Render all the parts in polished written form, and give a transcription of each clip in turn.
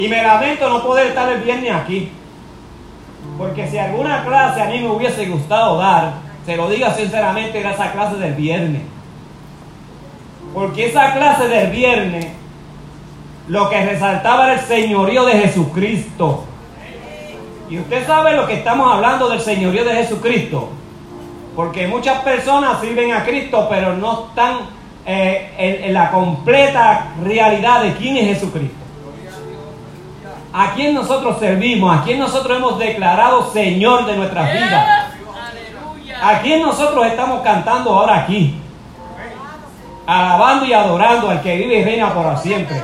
Y me lamento no poder estar el viernes aquí. Porque si alguna clase a mí me hubiese gustado dar, se lo digo sinceramente, era esa clase del viernes. Porque esa clase del viernes, lo que resaltaba era el señorío de Jesucristo. Y usted sabe lo que estamos hablando del señorío de Jesucristo. Porque muchas personas sirven a Cristo, pero no están en la completa realidad de quién es Jesucristo. ¿A quién nosotros servimos? ¿A quién nosotros hemos declarado Señor de nuestras vidas? ¿A quién nosotros estamos cantando ahora aquí? Alabando y adorando al que vive y reina por siempre.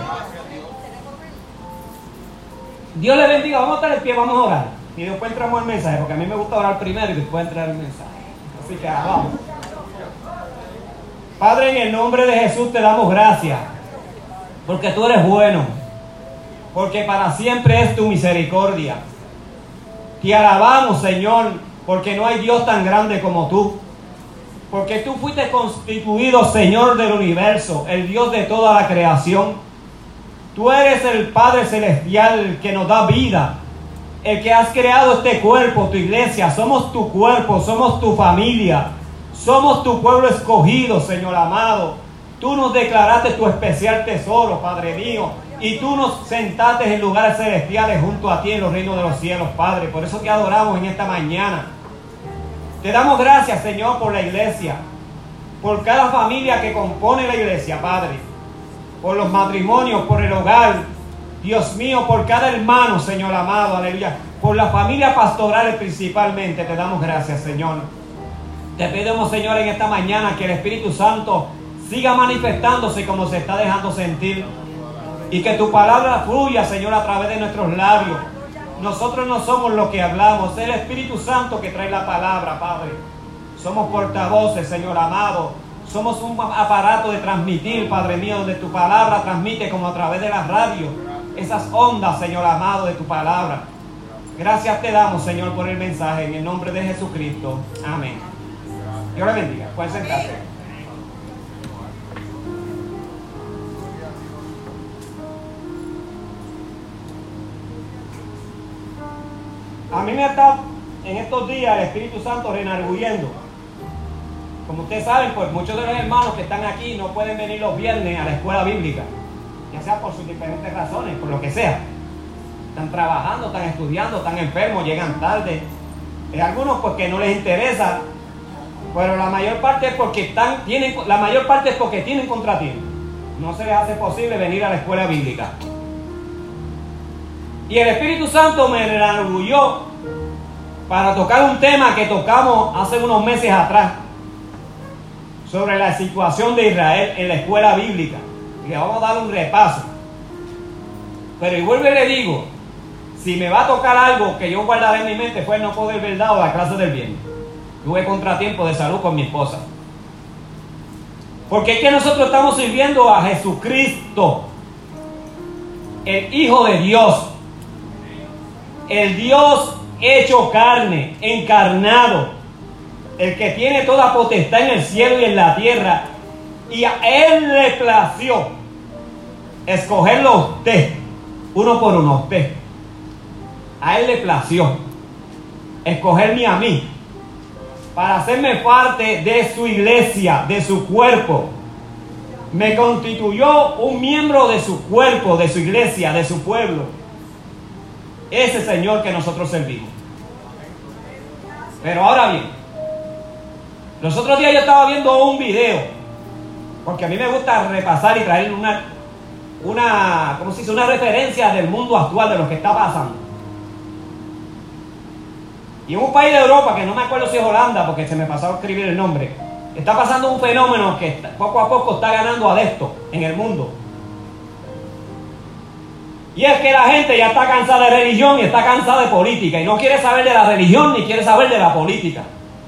Dios le bendiga. Vamos a estar en pie, vamos a orar. Y después entramos al mensaje, porque a mí me gusta orar primero y después entrar al mensaje. Así que vamos. Padre, en el nombre de Jesús te damos gracias, porque tú eres bueno, porque para siempre es tu misericordia. Te alabamos, Señor, porque no hay Dios tan grande como tú. Porque tú fuiste constituido Señor del universo, el Dios de toda la creación. Tú eres el Padre Celestial que nos da vida, el que has creado este cuerpo, tu iglesia. Somos tu cuerpo, somos tu familia, somos tu pueblo escogido, Señor amado. Tú nos declaraste tu especial tesoro, Padre mío, y tú nos sentaste en lugares celestiales junto a ti en los reinos de los cielos, Padre. Por eso te adoramos en esta mañana. Te damos gracias, Señor, por la iglesia, por cada familia que compone la iglesia, Padre, por los matrimonios, por el hogar, Dios mío, por cada hermano, Señor amado, aleluya, por las familias pastorales principalmente. Te damos gracias, Señor. Te pedimos, Señor, en esta mañana que el Espíritu Santo siga manifestándose como se está dejando sentir, y que tu palabra fluya, Señor, a través de nuestros labios. Nosotros no somos los que hablamos, es el Espíritu Santo que trae la palabra, Padre. Somos portavoces, Señor amado. Somos un aparato de transmitir, Padre mío, donde tu palabra transmite como a través de la radio, esas ondas, Señor amado, de tu palabra. Gracias te damos, Señor, por el mensaje, en el nombre de Jesucristo. Amén. Dios le bendiga. Pueden sentarse. A mí me está en estos días el Espíritu Santo redarguyendo. Como ustedes saben, pues muchos de los hermanos que están aquí no pueden venir los viernes a la escuela bíblica, ya sea por sus diferentes razones, por lo que sea. Están trabajando, están estudiando, están enfermos, llegan tarde. Hay algunos pues que no les interesa, pero la mayor parte es porque tienen contratiempo. No se les hace posible venir a la escuela bíblica. Y el Espíritu Santo me redarguyó para tocar un tema que tocamos hace unos meses atrás, sobre la situación de Israel en la escuela bíblica. Y le vamos a dar un repaso. Pero y vuelvo y le digo, si me va a tocar algo que yo guardaré en mi mente, fue no poder ver dado la clase del viernes. Tuve contratiempo de salud con mi esposa. Porque es que nosotros estamos sirviendo a Jesucristo, el Hijo de Dios, el Dios hecho carne, encarnado, el que tiene toda potestad en el cielo y en la tierra. Y a Él le plació escogerlo a usted, uno por uno, a usted. A Él le plació escogerme a mí para hacerme parte de su iglesia, de su cuerpo. Me constituyó un miembro de su cuerpo, de su iglesia, de su pueblo. Ese Señor que nosotros servimos. Pero ahora bien, los otros días yo estaba viendo un video, porque a mí me gusta repasar y traer ¿cómo se dice? Una referencia del mundo actual, de lo que está pasando. Y en un país de Europa, que no me acuerdo si es Holanda, porque se me pasó a escribir el nombre, está pasando un fenómeno que poco a poco está ganando adeptos en el mundo. Y es que la gente ya está cansada de religión y está cansada de política, y no quiere saber de la religión ni quiere saber de la política.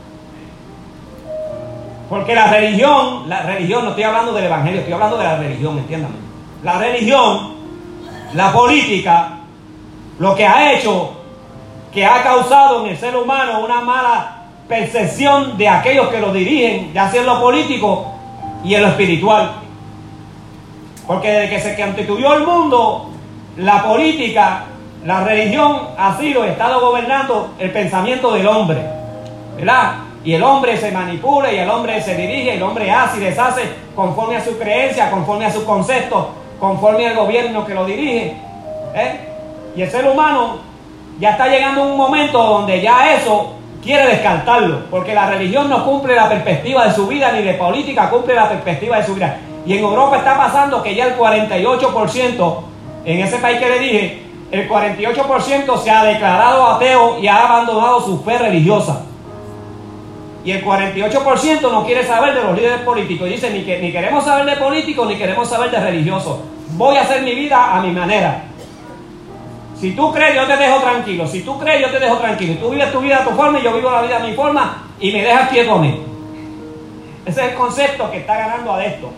Porque la religión, no estoy hablando del evangelio, estoy hablando de la religión, entiéndame. La religión, la política, lo que ha hecho, que ha causado en el ser humano una mala percepción de aquellos que lo dirigen, ya sea en lo político y en lo espiritual. Porque desde que se constituyó el mundo, la política, la religión ha estado gobernando el pensamiento del hombre, ¿verdad? Y el hombre se manipula, y el hombre se dirige, el hombre hace y deshace conforme a su creencia, conforme a sus conceptos, conforme al gobierno que lo dirige, y el ser humano ya está llegando a un momento donde ya eso quiere descartarlo, porque la religión no cumple la perspectiva de su vida, ni de política cumple la perspectiva de su vida. Y en Europa está pasando que ya el 48%, en ese país que le dije, el 48% se ha declarado ateo y ha abandonado su fe religiosa. Y el 48% no quiere saber de los líderes políticos. Y dice, ni queremos saber de políticos, ni queremos saber de religiosos. Voy a hacer mi vida a mi manera. Si tú crees, yo te dejo tranquilo. Si tú crees, yo te dejo tranquilo. Tú vives tu vida a tu forma y yo vivo la vida a mi forma y me dejas quieto a mí. Ese es el concepto que está ganando adeptos.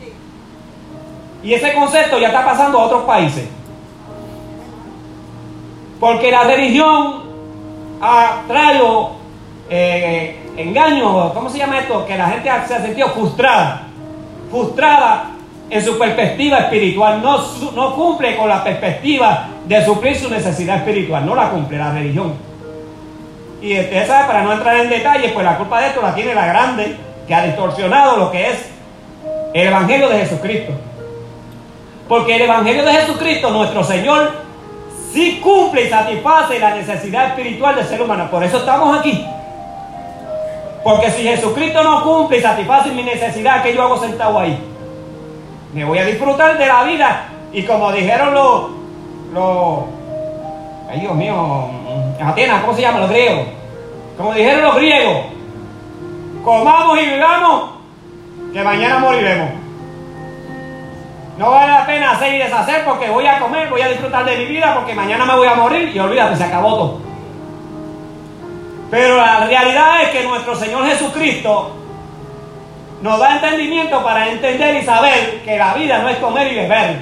Y ese concepto ya está pasando a otros países. Porque la religión ha traído engaño, ¿cómo se llama esto? Que la gente se ha sentido frustrada en su perspectiva espiritual, no cumple con la perspectiva de suplir su necesidad espiritual, no la cumple la religión. Y usted sabe, para no entrar en detalles, pues la culpa de esto la tiene la grande, que ha distorsionado lo que es el Evangelio de Jesucristo. Porque el Evangelio de Jesucristo, nuestro Señor, sí cumple y satisface la necesidad espiritual del ser humano. Por eso estamos aquí. Porque si Jesucristo no cumple y satisface mi necesidad, ¿qué yo hago sentado ahí? Me voy a disfrutar de la vida. Y como dijeron ay Dios mío, Atenas, ¿cómo se llama? Los griegos. Como dijeron los griegos, comamos y vivamos, que mañana moriremos. No vale la pena hacer y deshacer porque voy a comer, voy a disfrutar de mi vida porque mañana me voy a morir y olvídate, se acabó todo. Pero la realidad es que nuestro Señor Jesucristo nos da entendimiento para entender y saber que la vida no es comer y beber.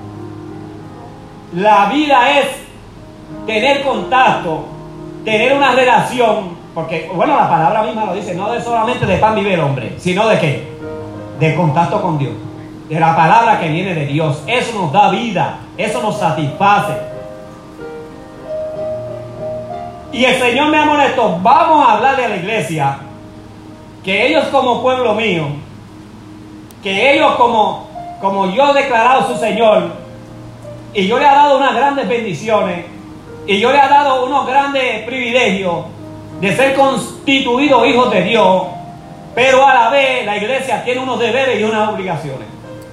La vida es tener contacto, tener una relación, porque, bueno, la palabra misma lo dice, no de solamente de pan vive el hombre, sino de ¿qué? De contacto con Dios, de la palabra que viene de Dios. Eso nos da vida, eso nos satisface. Y el Señor me amonestó, vamos a hablarle a la iglesia, que ellos como pueblo mío, que ellos como yo he declarado su Señor, y yo le he dado unas grandes bendiciones, y yo le he dado unos grandes privilegios de ser constituidos hijos de Dios, pero a la vez la iglesia tiene unos deberes y unas obligaciones.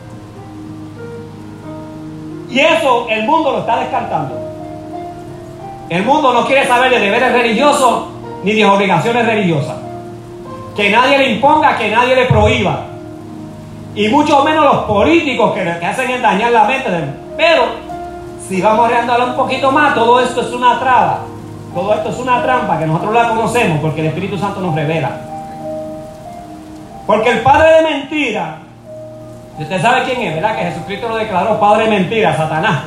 Y eso el mundo lo está descartando. El mundo no quiere saber de deberes religiosos ni de obligaciones religiosas. Que nadie le imponga, que nadie le prohíba. Y mucho menos los políticos que hacen es dañar la mente. Pero si vamos a andar un poquito más, todo esto es una traba. Todo esto es una trampa que nosotros la conocemos porque el Espíritu Santo nos revela. Porque el padre de mentira, usted sabe quién es, ¿verdad? Que Jesucristo lo declaró padre de mentira, Satanás.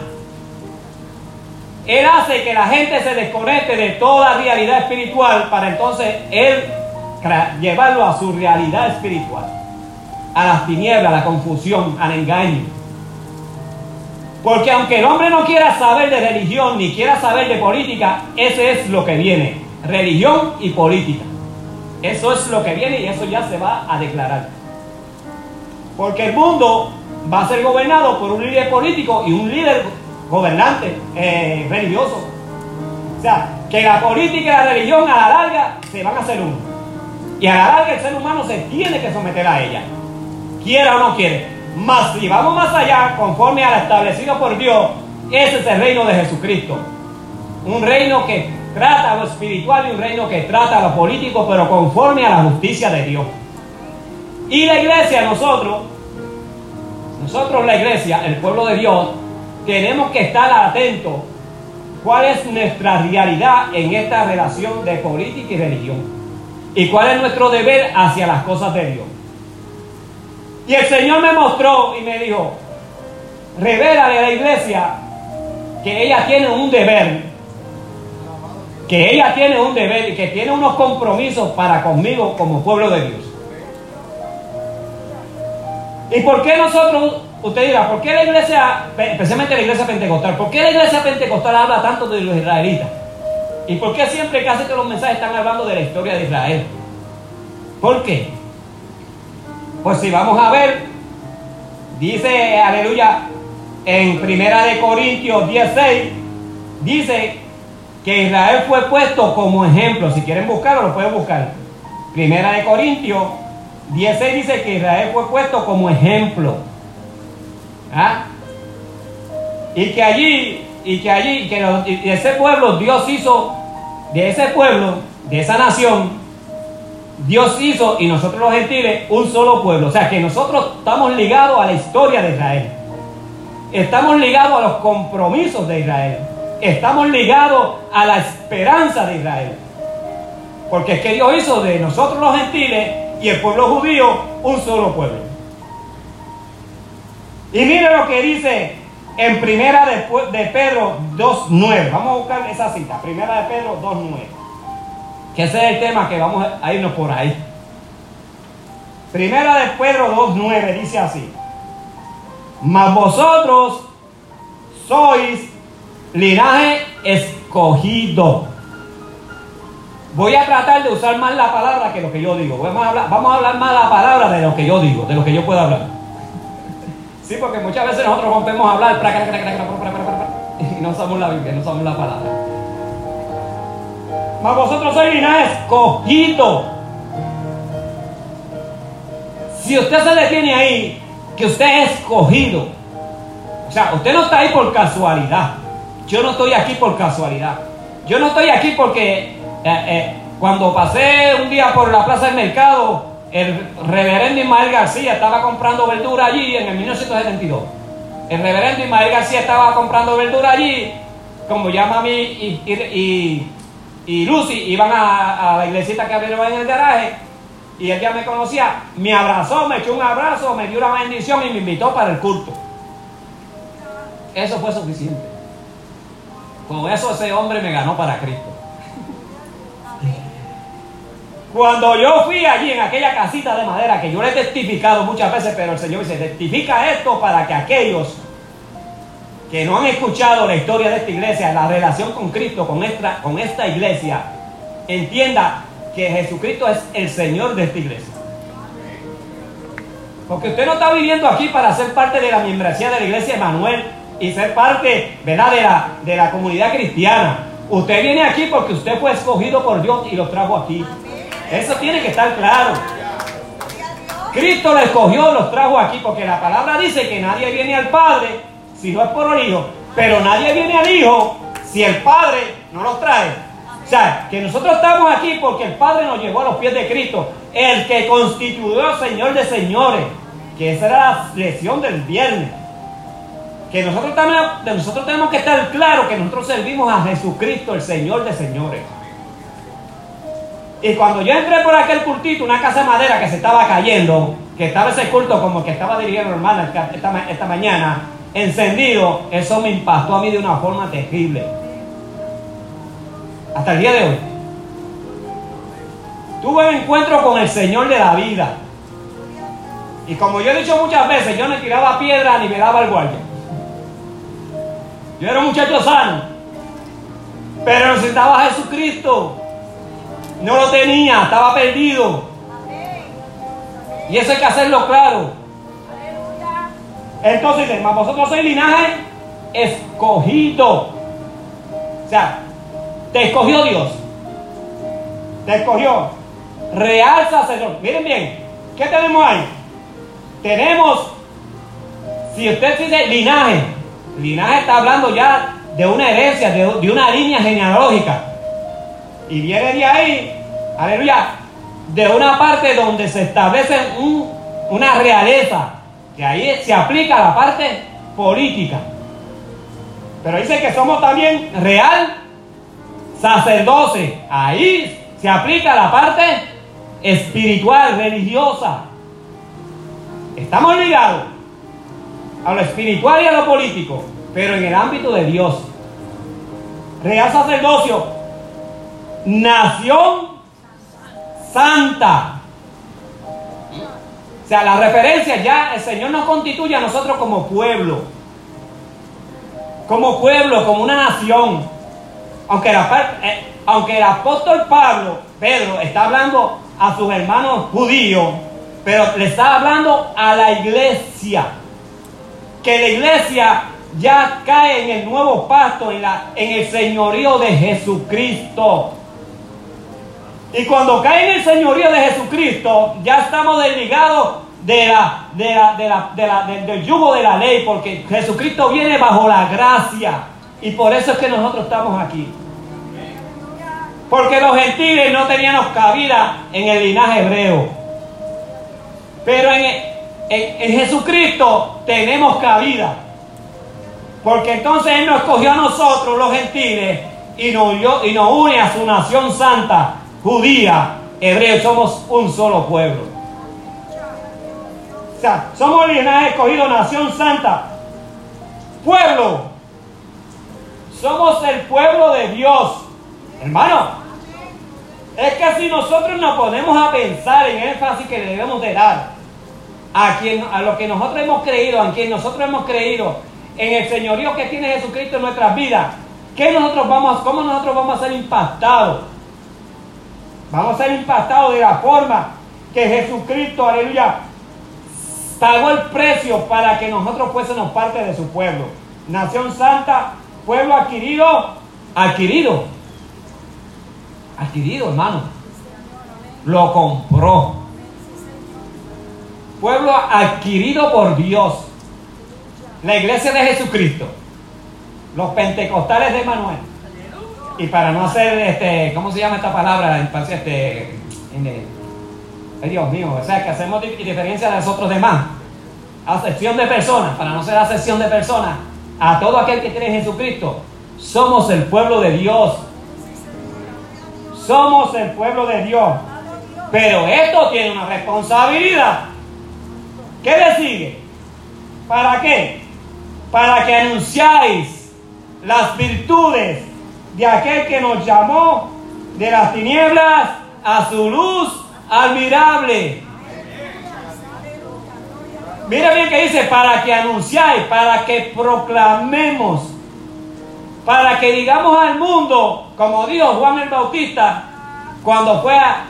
Él hace que la gente se desconecte de toda realidad espiritual para entonces él llevarlo a su realidad espiritual, a las tinieblas, a la confusión, al engaño. Porque aunque el hombre no quiera saber de religión ni quiera saber de política, ese es lo que viene, religión y política. Eso es lo que viene y eso ya se va a declarar. Porque el mundo va a ser gobernado por un líder político y un líder gobernante religioso. O sea, que la política y la religión a la larga se van a hacer uno. Y a la larga el ser humano se tiene que someter a ella, quiera o no quiere. Más si vamos más allá, conforme a lo establecido por Dios, ese es el reino de Jesucristo. Un reino que trata lo espiritual y un reino que trata lo político, pero conforme a la justicia de Dios. Y la iglesia, nosotros la iglesia, el pueblo de Dios, tenemos que estar atentos cuál es nuestra realidad en esta relación de política y religión y cuál es nuestro deber hacia las cosas de Dios. Y el Señor me mostró y me dijo, revélale a la iglesia que ella tiene un deber, y que tiene unos compromisos para conmigo como pueblo de Dios. ¿Y por qué nosotros Usted dirá, ¿por qué la iglesia, especialmente la iglesia pentecostal, por qué la iglesia pentecostal habla tanto de los israelitas? ¿Y por qué siempre casi todos los mensajes están hablando de la historia de Israel? ¿Por qué? Pues si vamos a ver, dice, aleluya, en 1 Corintios 10:6, dice que Israel fue puesto como ejemplo. Si quieren buscarlo, lo pueden buscar. 1 Corintios 10:6 dice que Israel fue puesto como ejemplo. ¿Ah? Y que ese pueblo, Dios hizo, de ese pueblo, de esa nación, Dios hizo, y nosotros los gentiles, un solo pueblo. O sea, que nosotros estamos ligados a la historia de Israel. Estamos ligados a los compromisos de Israel. Estamos ligados a la esperanza de Israel. Porque es que Dios hizo de nosotros los gentiles y el pueblo judío un solo pueblo. Y mire lo que dice en Primera de Pedro 2:9. Vamos a buscar esa cita. Primera de Pedro 2:9. Que ese es el tema que vamos a irnos por ahí. Primera de Pedro 2:9 dice así: mas vosotros sois linaje escogido. Voy a tratar de usar más la palabra que lo que yo digo. Vamos a hablar más la palabra de lo que yo digo, de lo que yo puedo hablar. Sí, porque muchas veces nosotros rompemos a hablar y no usamos la Biblia, no usamos la palabra. Mas vosotros sois linaje escogido. Si usted se detiene ahí, que usted es escogido, o sea, usted no está ahí por casualidad. Yo no estoy aquí por casualidad. Yo no estoy aquí porque cuando pasé un día por la plaza del mercado, el reverendo Ismael García estaba comprando verdura allí en el 1972. El reverendo Ismael García estaba comprando verdura allí, como ya mami y Lucy iban a la iglesita que abrieron en el garaje, y él ya me conocía, me abrazó, me echó un abrazo, me dio una bendición y me invitó para el culto. Eso fue suficiente. Con eso ese hombre me ganó para Cristo. Cuando yo fui allí en aquella casita de madera, que yo le he testificado muchas veces, pero el Señor dice, testifica esto para que aquellos que no han escuchado la historia de esta iglesia, la relación con Cristo, con esta iglesia, entienda que Jesucristo es el Señor de esta iglesia. Porque usted no está viviendo aquí para ser parte de la membresía de la iglesia Emanuel y ser parte, ¿verdad?, de la comunidad cristiana. Usted viene aquí porque usted fue escogido por Dios y lo trajo aquí. Eso tiene que estar claro. Cristo lo escogió, los trajo aquí, porque la palabra dice que nadie viene al Padre si no es por el Hijo, pero nadie viene al Hijo si el Padre no los trae. O sea, que nosotros estamos aquí porque el Padre nos llevó a los pies de Cristo, el que constituyó Señor de señores, que esa era la lección del viernes. Que nosotros tenemos que estar claros que nosotros servimos a Jesucristo, el Señor de señores. Y cuando yo entré por aquel cultito, una casa de madera que se estaba cayendo, que estaba ese culto como el que estaba dirigiendo mi hermana esta mañana, encendido, eso me impactó a mí de una forma terrible. Hasta el día de hoy. Tuve un encuentro con el Señor de la vida. Y como yo he dicho muchas veces, yo no tiraba piedra ni velaba al guardia. Yo era un muchacho sano, pero necesitaba a Jesucristo. No lo tenía, estaba perdido. Y eso hay que hacerlo claro. Entonces dice, mas vosotros sois linaje escogido. O sea, te escogió Dios. Te escogió. Real sacerdote. Miren bien, ¿qué tenemos ahí? Tenemos, si usted dice linaje, linaje está hablando ya de una herencia, de una línea genealógica. Y viene de ahí, aleluya, de una parte donde se establece una realeza, que ahí se aplica la parte política. Pero dice que somos también real sacerdote. Ahí se aplica la parte espiritual, religiosa. Estamos ligados a lo espiritual y a lo político, pero en el ámbito de Dios. Real sacerdocio, nación santa. O sea, la referencia ya, el Señor nos constituye a nosotros como pueblo, como una nación. Aunque el apóstol Pedro está hablando a sus hermanos judíos, pero le está hablando a la iglesia, que la iglesia ya cae en el nuevo pacto, en el señorío de Jesucristo. Y cuando cae en el señorío de Jesucristo, ya estamos desligados del yugo de la ley, porque Jesucristo viene bajo la gracia. Y por eso es que nosotros estamos aquí. Porque los gentiles no teníamos cabida en el linaje hebreo. Pero en Jesucristo tenemos cabida. Porque entonces Él nos escogió a nosotros, los gentiles, y nos une a su nación santa, judía, hebreo. Somos un solo pueblo. O sea, somos el linaje escogido, nación santa, pueblo. Somos el pueblo de Dios. Hermano, es que si nosotros nos ponemos a pensar en el énfasis que le debemos de dar a lo que nosotros hemos creído, a quien nosotros hemos creído, en el señorío que tiene Jesucristo en nuestras vidas, ¿cómo nosotros vamos a ser impactados? Vamos a ser impactados de la forma que Jesucristo, aleluya, pagó el precio para que nosotros fuésemos parte de su pueblo. Nación santa, pueblo adquirido, hermano. Lo compró. Pueblo adquirido por Dios. La iglesia de Jesucristo. Los pentecostales de Manuel. Y para no hacer, ¿cómo se llama esta palabra? Dios mío, o sea, que hacemos diferencia de los otros demás. Acepción de personas, para no ser acepción de personas. A todo aquel que cree en Jesucristo, somos el pueblo de Dios. Somos el pueblo de Dios. Pero esto tiene una responsabilidad. ¿Qué le sigue? ¿Para qué? Para que anunciáis las virtudes de aquel que nos llamó de las tinieblas a su luz admirable. Mira bien que dice, para que anunciáis, para que proclamemos, para que digamos al mundo, como dijo Juan el Bautista, cuando fue a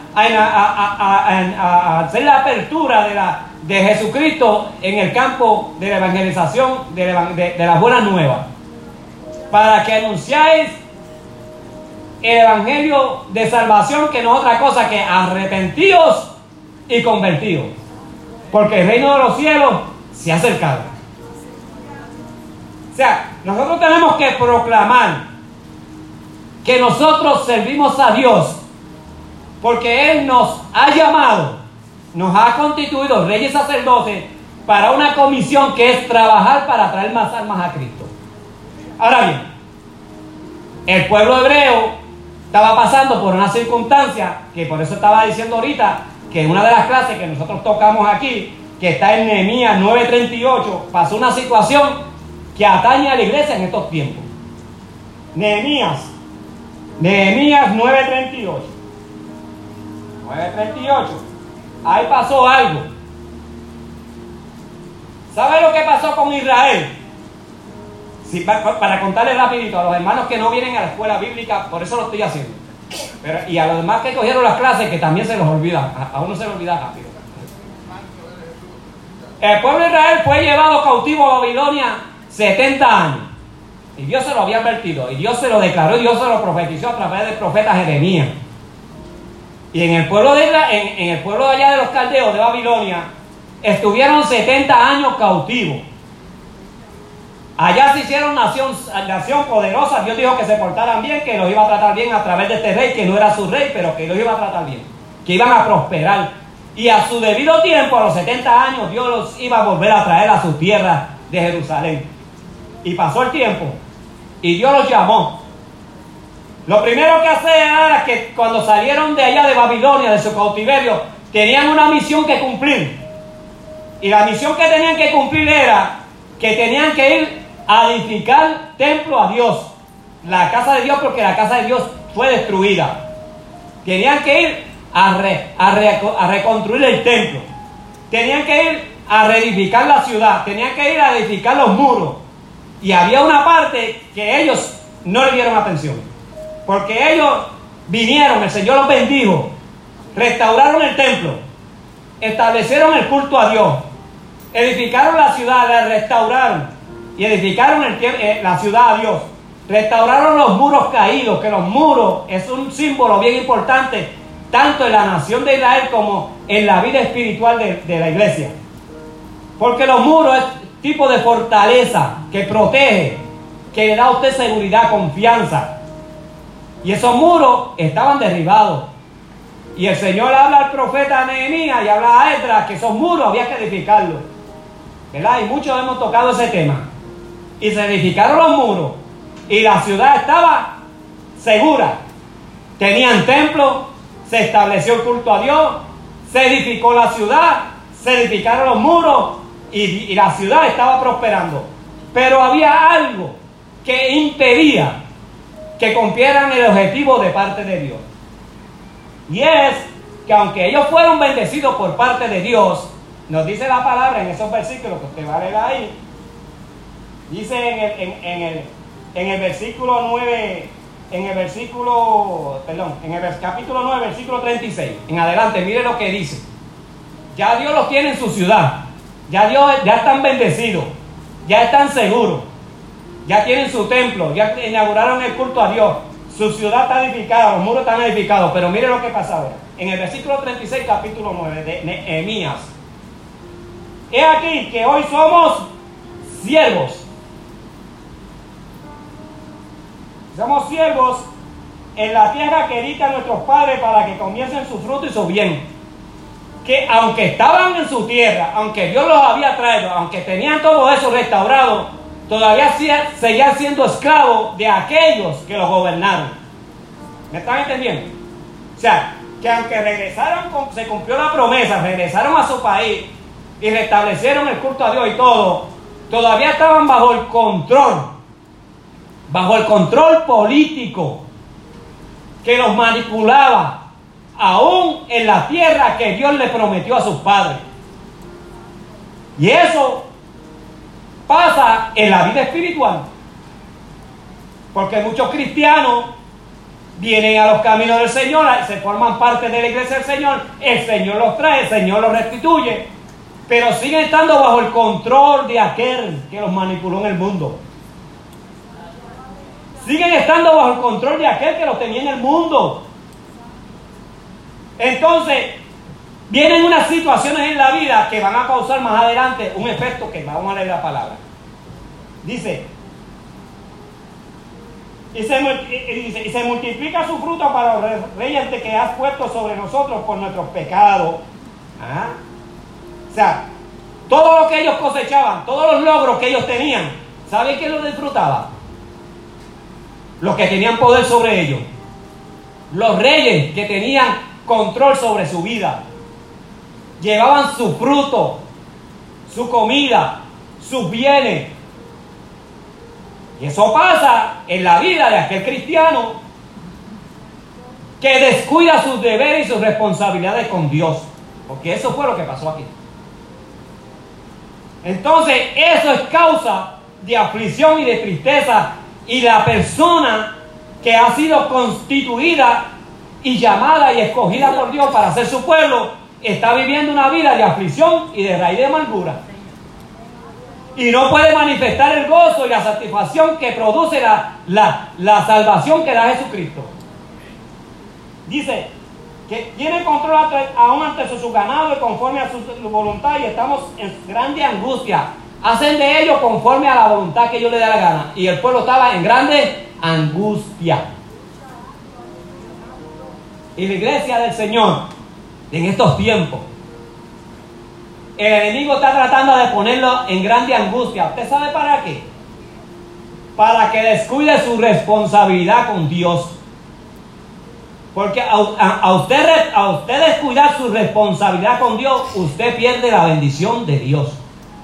hacer la apertura de Jesucristo en el campo de la evangelización, de las buenas nuevas. Para que anunciáis el evangelio de salvación, que no es otra cosa que arrepentidos y convertidos. Porque el reino de los cielos se ha acercado. O sea, nosotros tenemos que proclamar que nosotros servimos a Dios porque Él nos ha llamado, nos ha constituido reyes sacerdotes para una comisión que es trabajar para traer más almas a Cristo. Ahora bien, el pueblo hebreo estaba pasando por una circunstancia que por eso estaba diciendo ahorita que en una de las clases que nosotros tocamos aquí, que está en Nehemías 9:38, pasó una situación que atañe a la iglesia en estos tiempos. Nehemías 9:38. Ahí pasó algo. ¿Sabe lo que pasó con Israel? Sí, para contarles rapidito a los hermanos que no vienen a la escuela bíblica, por eso lo estoy haciendo. Y a los demás que cogieron las clases, que también se los olvida, a uno se le olvida rápido. El pueblo de Israel fue llevado cautivo a Babilonia 70 años. Y Dios se lo había advertido, y Dios se lo declaró, y Dios se lo profetizó a través del profeta Jeremías. Y en el pueblo de allá de los caldeos de Babilonia, estuvieron 70 años cautivos. Allá se hicieron nación poderosa. Dios dijo que se portaran bien, que los iba a tratar bien a través de este rey, que no era su rey, pero que los iba a tratar bien, que iban a prosperar. Y a su debido tiempo, a los 70 años, Dios los iba a volver a traer a su tierra de Jerusalén. Y pasó el tiempo, y Dios los llamó. Lo primero que hacían era que cuando salieron de allá de Babilonia, de su cautiverio, tenían una misión que cumplir. Y la misión que tenían que cumplir era que tenían que ir a edificar templo a Dios, la casa de Dios, porque la casa de Dios fue destruida. Tenían que ir a reconstruir el templo. tenían que ir a reedificar la ciudad, tenían que ir a edificar los muros. Y había una parte que ellos no le dieron atención, porque ellos vinieron, el Señor los bendijo, restauraron el templo, establecieron el culto a Dios, edificaron la ciudad, la restauraron y edificaron la ciudad a Dios. Restauraron los muros caídos, que los muros es un símbolo bien importante, tanto en la nación de Israel como en la vida espiritual de la iglesia. Porque los muros es tipo de fortaleza que protege, que le da a usted seguridad, confianza. Y esos muros estaban derribados. Y el Señor habla al profeta Nehemías y habla a Esdras que esos muros había que edificarlos, ¿verdad? Y muchos hemos tocado ese tema. Y se edificaron los muros. Y la ciudad estaba segura. Tenían templo, se estableció el culto a Dios, se edificó la ciudad, se edificaron los muros y la ciudad estaba prosperando. Pero había algo que impedía que cumplieran el objetivo de parte de Dios. Y es que aunque ellos fueron bendecidos por parte de Dios, nos dice la palabra en esos versículos que usted va a leer ahí, dice en el versículo 9, en el capítulo 9, versículo 36, en adelante, mire lo que dice. Ya Dios los tiene en su ciudad, ya están bendecidos, ya están seguros, ya tienen su templo, ya inauguraron el culto a Dios, su ciudad está edificada, los muros están edificados, pero mire lo que pasa ahora. En el versículo 36, capítulo 9 de Nehemías. He aquí que hoy somos siervos. Somos siervos en la tierra que editan nuestros padres para que comiencen su fruto y su bien. Que aunque estaban en su tierra, aunque Dios los había traído, aunque tenían todo eso restaurado, todavía seguían siendo esclavos de aquellos que los gobernaron. ¿Me están entendiendo? O sea, que aunque regresaron, se cumplió la promesa, regresaron a su país y restablecieron el culto a Dios y todo, todavía estaban bajo el control político que los manipulaba, aún en la tierra que Dios le prometió a sus padres. Y eso pasa en la vida espiritual, porque muchos cristianos vienen a los caminos del Señor, se forman parte de la iglesia del Señor, el Señor los trae, el Señor los restituye, pero siguen estando bajo el control de aquel que los manipuló en el mundo. Siguen estando bajo el control de aquel que los tenía en el mundo. Entonces, vienen unas situaciones en la vida que van a causar más adelante un efecto que vamos a leer la palabra. Dice, y se multiplica su fruto para los reyes que has puesto sobre nosotros por nuestros pecados. ¿Ah? O sea, todo lo que ellos cosechaban, todos los logros que ellos tenían, ¿saben quién los disfrutaba? Los que tenían poder sobre ellos. Los reyes que tenían control sobre su vida. Llevaban su fruto, su comida, sus bienes. Y eso pasa en la vida de aquel cristiano que descuida sus deberes y sus responsabilidades con Dios. Porque eso fue lo que pasó aquí. Entonces, eso es causa de aflicción y de tristeza. Y la persona que ha sido constituida y llamada y escogida por Dios para ser su pueblo, está viviendo una vida de aflicción y de raíz de amargura. Y no puede manifestar el gozo y la satisfacción que produce la salvación que da Jesucristo. Dice que tiene control aún ante su ganado y conforme a su voluntad, y estamos en grande angustia. Hacen de ellos conforme a la voluntad que ellos le da la gana. Y el pueblo estaba en grande angustia. Y la iglesia del Señor, en estos tiempos, el enemigo está tratando de ponerlo en grande angustia. ¿Usted sabe para qué? Para que descuide su responsabilidad con Dios. Porque a usted descuidar su responsabilidad con Dios, usted pierde la bendición de Dios.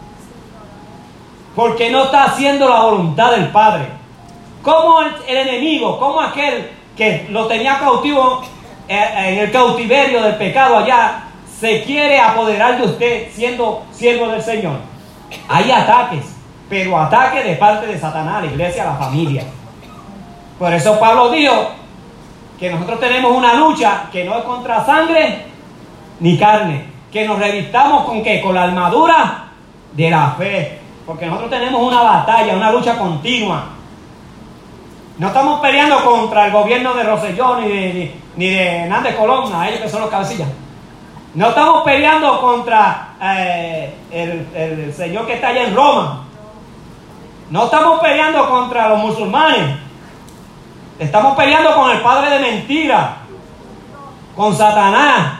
Porque no está haciendo la voluntad del Padre. Como el enemigo, como aquel que lo tenía cautivo en el cautiverio del pecado allá, se quiere apoderar de usted siendo siervo del Señor, hay ataques, pero ataques de parte de Satanás a la iglesia, a la familia. Por eso Pablo dijo que nosotros tenemos una lucha que no es contra sangre ni carne, que nos revistamos ¿con qué? Con la armadura de la fe, porque nosotros tenemos una batalla, una lucha continua. No estamos peleando contra el gobierno de Rosselló ni de Hernández Colón, a ellos que son los cabecillas. No estamos peleando contra el señor que está allá en Roma. No estamos peleando contra los musulmanes. Estamos peleando con el padre de mentira, con Satanás,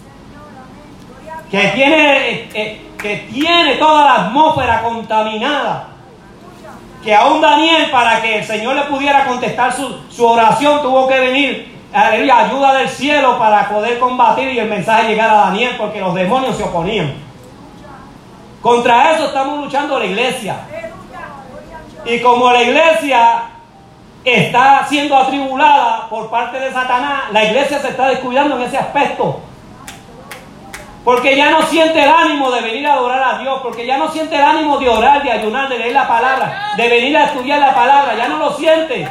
que tiene toda la atmósfera contaminada. Que aún Daniel, para que el Señor le pudiera contestar su oración, tuvo que venir ayuda del cielo para poder combatir y el mensaje llegara a Daniel, porque los demonios se oponían. Contra eso estamos luchando la iglesia. Y como la iglesia está siendo atribulada por parte de Satanás, la iglesia se está descuidando en ese aspecto. Porque ya no siente el ánimo de venir a adorar a Dios, porque ya no siente el ánimo de orar, de ayunar, de leer la palabra, de venir a estudiar la palabra, ya no lo siente.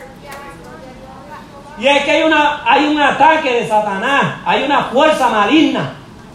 Y es que hay un ataque de Satanás, hay una fuerza maligna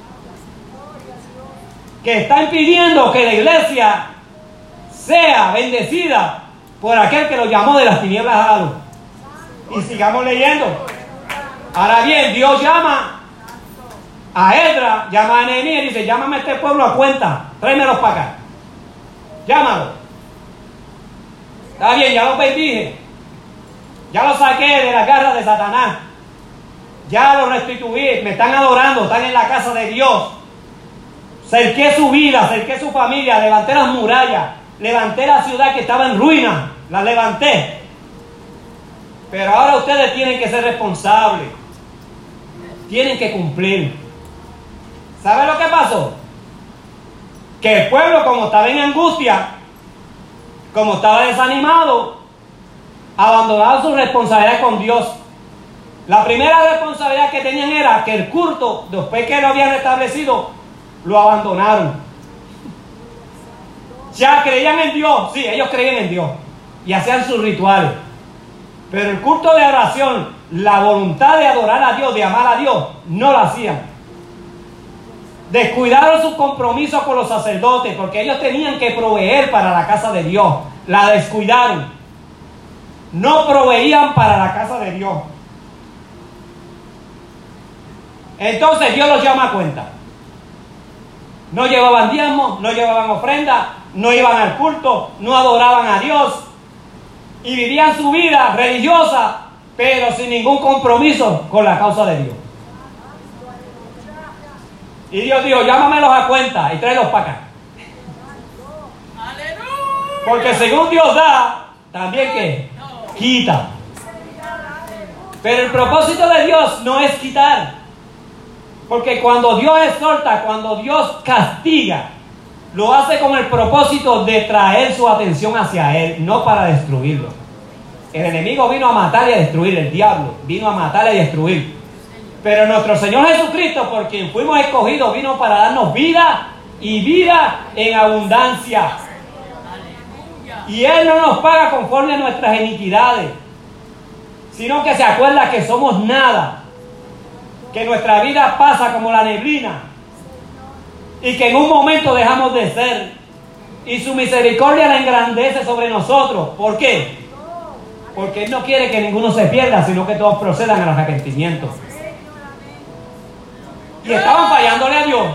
que está impidiendo que la iglesia sea bendecida por aquel que lo llamó de las tinieblas a la luz. Y sigamos leyendo. Ahora bien, Dios llama a Edra, llama a Nehemías y dice: llámame a este pueblo a cuenta, tráemelos para acá. Llámalo. Está bien, ya los bendije. Ya los saqué de las garras de Satanás. Ya los restituí, me están adorando, están en la casa de Dios. Cerqué su vida, cerqué su familia, levanté las murallas, levanté la ciudad que estaba en ruina, la levanté. Pero ahora ustedes tienen que ser responsables. Tienen que cumplir. ¿Sabe lo que pasó? Que el pueblo, como estaba en angustia, como estaba desanimado, abandonaron su responsabilidad con Dios. La primera responsabilidad que tenían era que el culto, después que lo habían restablecido, lo abandonaron. Ya creían en Dios, sí, ellos creían en Dios y hacían sus rituales. Pero el culto de oración, la voluntad de adorar a Dios, de amar a Dios, no lo hacían. Descuidaron sus compromisos con los sacerdotes, porque ellos tenían que proveer para la casa de Dios. La descuidaron. No proveían para la casa de Dios. Entonces Dios los llama a cuenta. No llevaban diezmos, no llevaban ofrenda, no iban al culto, no adoraban a Dios y vivían su vida religiosa, pero sin ningún compromiso con la causa de Dios. Y Dios dijo: llámamelos a cuenta y tráelos para acá. Porque según Dios da, también que quita. Pero el propósito de Dios no es quitar. Porque cuando Dios exhorta, cuando Dios castiga, lo hace con el propósito de traer su atención hacia Él, no para destruirlo. El enemigo vino a matar y a destruir, el diablo vino a matar y a destruir. Pero nuestro Señor Jesucristo, por quien fuimos escogidos, vino para darnos vida y vida en abundancia. Y Él no nos paga conforme a nuestras iniquidades, sino que se acuerda que somos nada, que nuestra vida pasa como la neblina y que en un momento dejamos de ser, y su misericordia la engrandece sobre nosotros. ¿Por qué? Porque Él no quiere que ninguno se pierda, sino que todos procedan al arrepentimiento. Y estaban fallándole a Dios.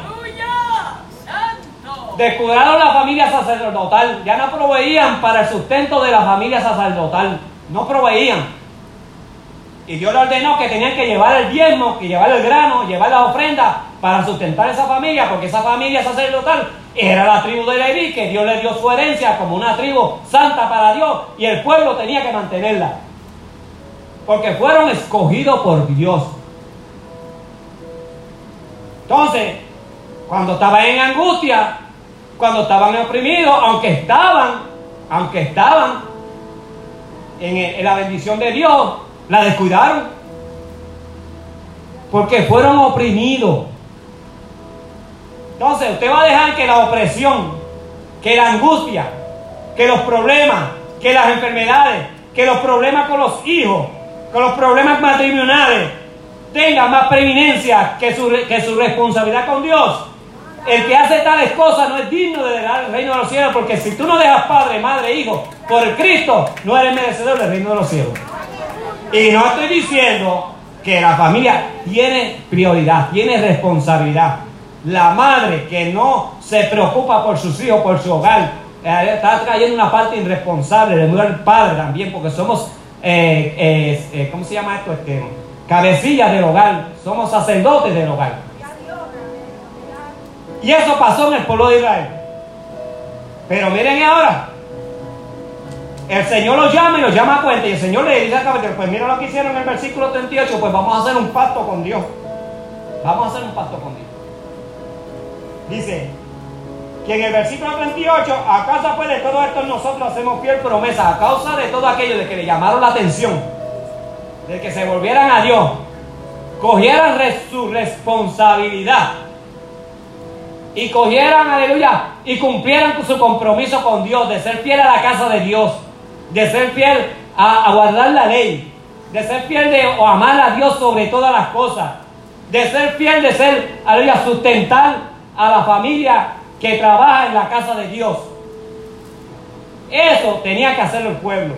Descuidaron la familia sacerdotal. Ya no proveían para el sustento de la familia sacerdotal. No proveían. Y Dios le ordenó que tenían que llevar el diezmo, que llevar el grano, llevar las ofrendas para sustentar esa familia, porque esa familia sacerdotal era la tribu de Leví, que Dios le dio su herencia como una tribu santa para Dios, y el pueblo tenía que mantenerla, porque fueron escogidos por Dios. Entonces, cuando estaban en angustia, cuando estaban oprimidos, aunque estaban en la bendición de Dios, la descuidaron, porque fueron oprimidos. Entonces usted va a dejar que la opresión, que la angustia, que los problemas, que las enfermedades, que los problemas con los hijos, con los problemas matrimoniales tengan más preeminencia que su responsabilidad con Dios. El que hace tales cosas no es digno de heredar el reino de los cielos, porque si tú no dejas padre, madre, hijo por el Cristo, no eres merecedor del reino de los cielos. Y no estoy diciendo que la familia tiene prioridad, tiene responsabilidad. La madre que no se preocupa por sus hijos, por su hogar, está trayendo una parte irresponsable del padre también, porque somos, ¿cómo se llama esto? Cabecillas del hogar, somos sacerdotes del hogar. Y eso pasó en el pueblo de Israel. Pero miren ahora, el Señor los llama y los llama a cuenta, y el Señor le dice a caballero, pues mira lo que hicieron en el versículo 38, pues vamos a hacer un pacto con Dios. Vamos a hacer un pacto con Dios. Dice que en el versículo 38, a causa pues de todo esto nosotros hacemos fiel promesa, a causa de todo aquello de que le llamaron la atención, de que se volvieran a Dios, cogieran su responsabilidad y cogieran, aleluya, y cumplieran con su compromiso con Dios, de ser fiel a la casa de Dios, de ser fiel a guardar la ley, de ser fiel o amar a Dios sobre todas las cosas, de ser fiel, de ser, aleluya, sustentar a la familia que trabaja en la casa de Dios. Eso tenía que hacerlo el pueblo.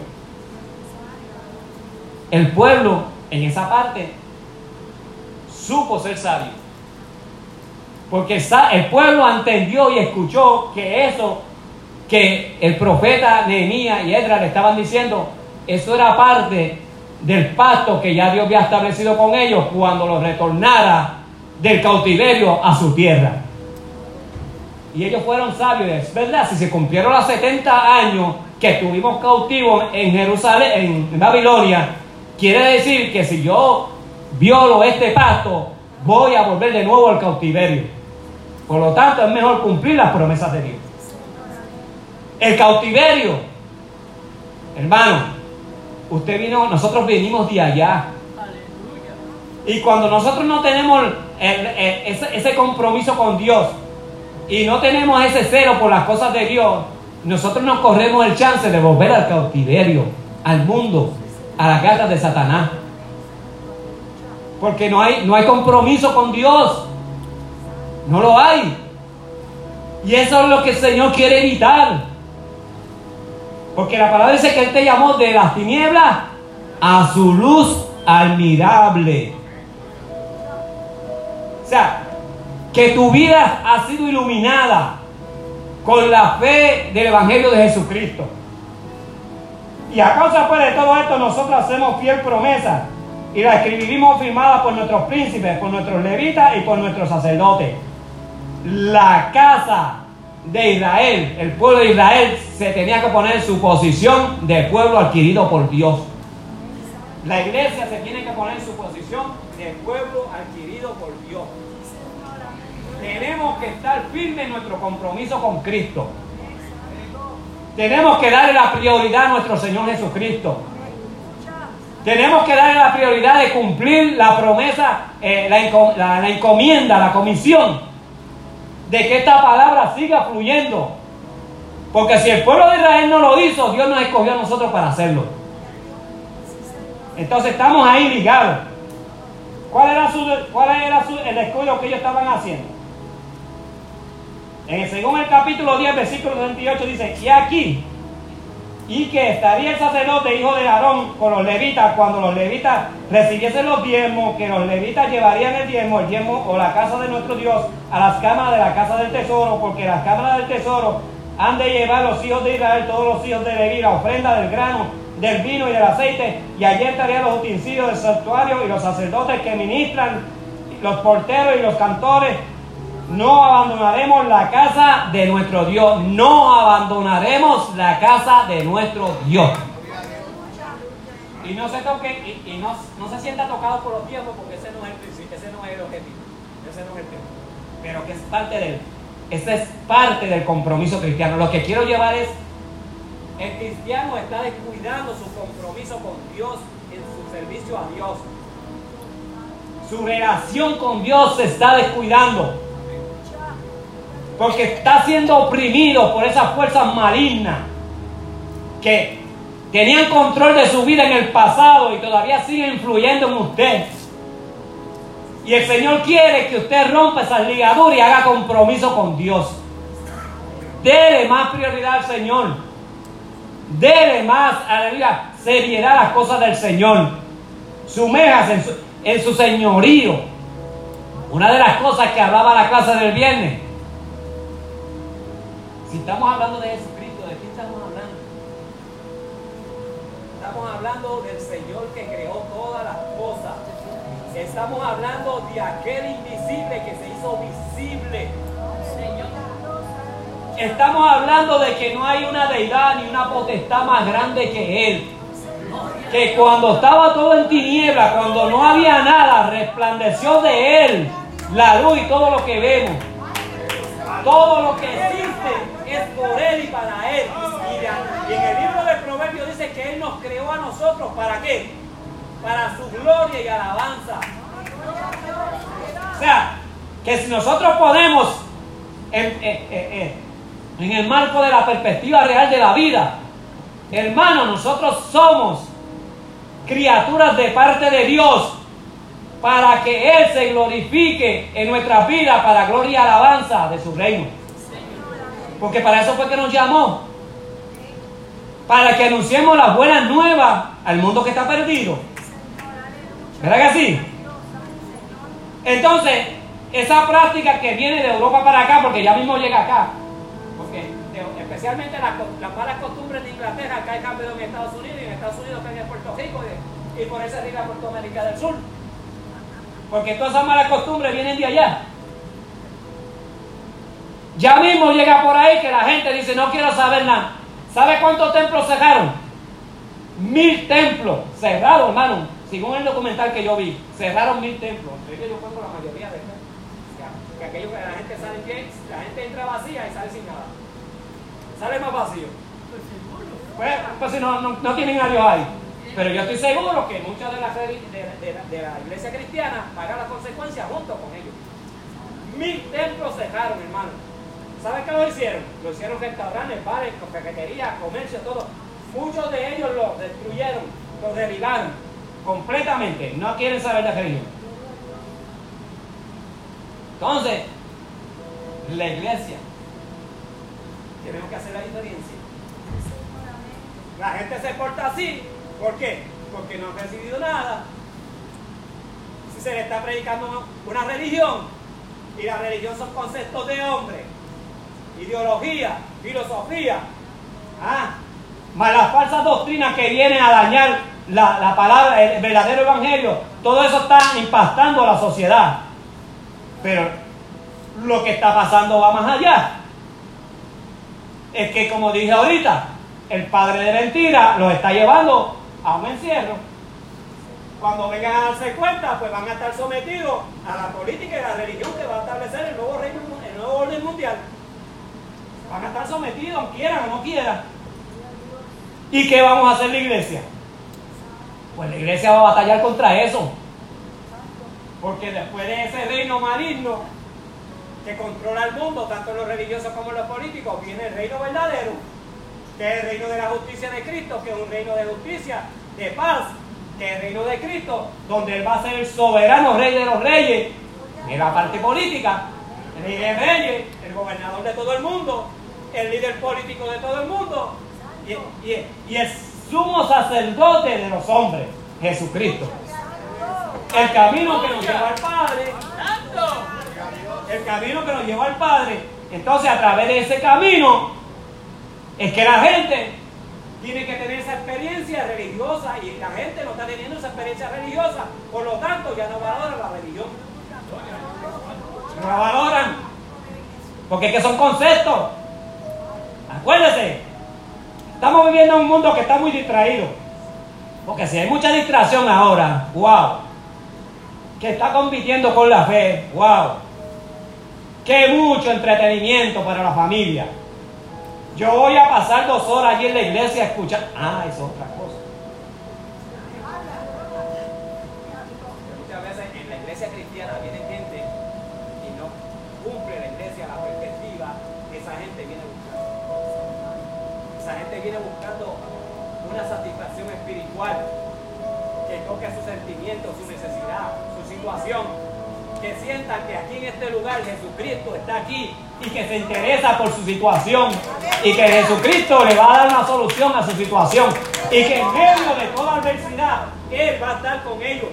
El pueblo en esa parte supo ser sabio, porque el pueblo entendió y escuchó que eso que el profeta Nehemías y Esdras le estaban diciendo, eso era parte del pacto que ya Dios había establecido con ellos cuando los retornara del cautiverio a su tierra. Y ellos fueron sabios, es verdad, si se cumplieron los 70 años que estuvimos cautivos en Jerusalén, en Babilonia, quiere decir que si yo violo este pacto, voy a volver de nuevo al cautiverio. Por lo tanto, es mejor cumplir las promesas de Dios. El cautiverio, hermano, nosotros venimos de allá. Y cuando nosotros no tenemos ese compromiso con Dios y no tenemos ese celo por las cosas de Dios, nosotros nos corremos el chance de volver al cautiverio, al mundo, a las garras de Satanás. Porque no hay compromiso con Dios. No lo hay. Y eso es lo que el Señor quiere evitar. Porque la palabra dice que Él te llamó de las tinieblas a su luz admirable. O sea, que tu vida ha sido iluminada con la fe del Evangelio de Jesucristo. Y a causa pues de todo esto, nosotros hacemos fiel promesa y la escribimos firmada por nuestros príncipes, por nuestros levitas y por nuestros sacerdotes. La casa de Israel, el pueblo de Israel, se tenía que poner en su posición de pueblo adquirido por Dios. La iglesia se tiene que poner en su posición de pueblo adquirido por Dios. Tenemos que estar firmes en nuestro compromiso con Cristo. Tenemos que darle la prioridad a nuestro Señor Jesucristo. Tenemos que darle la prioridad de cumplir la promesa, la encomienda, la comisión, de que esta palabra siga fluyendo. Porque si el pueblo de Israel no lo hizo, Dios nos escogió a nosotros para hacerlo. Entonces estamos ahí ligados. ¿Cuál era el descuido que ellos estaban haciendo? Según el capítulo 10, versículo 38 dice, y aquí, y que estaría el sacerdote hijo de Aarón con los levitas, cuando los levitas recibiesen los diezmos, que los levitas llevarían el diezmo o la casa de nuestro Dios a las cámaras de la casa del tesoro, porque las cámaras del tesoro han de llevar los hijos de Israel, todos los hijos de Leví, la ofrenda del grano, del vino y del aceite, y allí estarían los utensilios del santuario y los sacerdotes que ministran, los porteros y los cantores. No abandonaremos la casa de nuestro Dios. No abandonaremos la casa de nuestro Dios. Y no se toque, y no se sienta tocado por los tiempos, porque ese no es el principio, ese no es el objetivo, ese no es el tema. Pero que es parte del, ese es parte del compromiso cristiano. Lo que quiero llevar es, el cristiano está descuidando su compromiso con Dios en su servicio a Dios. Su relación con Dios se está descuidando. porque está siendo oprimido por esas fuerzas malignas que tenían control de su vida en el pasado y todavía siguen influyendo en usted. Y el Señor quiere que usted rompa esas ligaduras y haga compromiso con Dios. Dele más prioridad al Señor. Dele más, aleluya, seriedad a las cosas del Señor. Suméjase en su señorío. Una de las cosas que hablaba la clase del viernes. Si estamos hablando de Jesucristo, ¿de qué estamos hablando? Estamos hablando del Señor que creó todas las cosas. Estamos hablando de aquel invisible que se hizo visible. Estamos hablando de que no hay una deidad ni una potestad más grande que Él. Que cuando estaba todo en tiniebla, cuando no había nada, resplandeció de Él la luz y todo lo que vemos. Todo lo que existe es por Él y para Él. Y en el libro de Proverbios dice que Él nos creó a nosotros. ¿Para qué? Para su gloria y alabanza. O sea, que si nosotros podemos en el marco de la perspectiva real de la vida, hermano, nosotros somos criaturas de parte de Dios para que Él se glorifique en nuestras vidas para gloria y alabanza de su reino. Porque para eso fue que nos llamó, para que anunciemos las buenas nuevas al mundo que está perdido. ¿Verdad que sí? Entonces, esa práctica que viene de Europa para acá, porque ya mismo llega acá, porque especialmente las malas costumbres de Inglaterra, acá hay cambio en Estados Unidos, y en Estados Unidos caen en Puerto Rico, y por eso arriba Puerto América del Sur, porque todas esas malas costumbres vienen de allá. Ya mismo llega por ahí que la gente dice, no quiero saber nada. ¿Sabe cuántos templos cerraron? 1000 templos cerrados, hermano. Según el documental que yo vi, cerraron 1000 templos. Yo cuento la mayoría de estos. Que aquello que la gente sale bien, la gente entra vacía y sale sin nada. Sale más vacío. Pues si no tienen a Dios ahí. Pero yo estoy seguro que muchos de la iglesia cristiana pagan las consecuencias junto con ellos. 1000 templos cerraron, hermano. ¿Saben qué lo hicieron? Lo hicieron restaurantes, bares, cafeterías, comercio, todo. Muchos de ellos lo destruyeron, lo derribaron completamente. No quieren saber de religión. Entonces, la iglesia, tenemos que hacer la diferencia. La gente se porta así. ¿Por qué? Porque no han recibido nada. Si se le está predicando una religión, y la religión son conceptos de hombre, ideología, filosofía, más las falsas doctrinas que vienen a dañar la palabra, el verdadero evangelio, todo eso está impactando a la sociedad. Pero lo que está pasando va más allá. Es que, como dije ahorita, el padre de mentira los está llevando a un encierro. Cuando vengan a darse cuenta, pues van a estar sometidos a la política y la religión que va a establecer el nuevo reino, el nuevo orden mundial. Van a estar sometidos, quieran o no quieran. ¿Y qué vamos a hacer la iglesia? Pues la iglesia va a batallar contra eso. Porque después de ese reino maligno que controla el mundo, tanto en los religiosos como en los políticos, viene el reino verdadero, que es el reino de la justicia de Cristo, que es un reino de justicia, de paz, que es el reino de Cristo, donde Él va a ser el soberano rey de los reyes, en la parte política, el rey de reyes, el gobernador de todo el mundo, el líder político de todo el mundo, y el sumo sacerdote de los hombres, Jesucristo. El camino que nos lleva al Padre, el camino que nos lleva al Padre. Entonces, a través de ese camino es que la gente tiene que tener esa experiencia religiosa, y la gente no está teniendo esa experiencia religiosa, por lo tanto ya no valoran la religión. No la valoran, porque es que son conceptos. Acuérdense, estamos viviendo en un mundo que está muy distraído, porque si hay mucha distracción ahora, wow, que está compitiendo con la fe, wow, que mucho entretenimiento para la familia. Yo voy a pasar 2 horas allí en la iglesia a escuchar. Es otra cosa. Muchas veces en la iglesia cristiana viene gente y no cumple la iglesia la perspectiva esa gente viene buscando. Esa gente viene buscando una satisfacción espiritual que toque sus sentimientos, su necesidad, su situación. Que sientan que aquí en este lugar Jesucristo está aquí y que se interesa por su situación y que Jesucristo le va a dar una solución a su situación y que en medio de toda adversidad Él va a estar con ellos.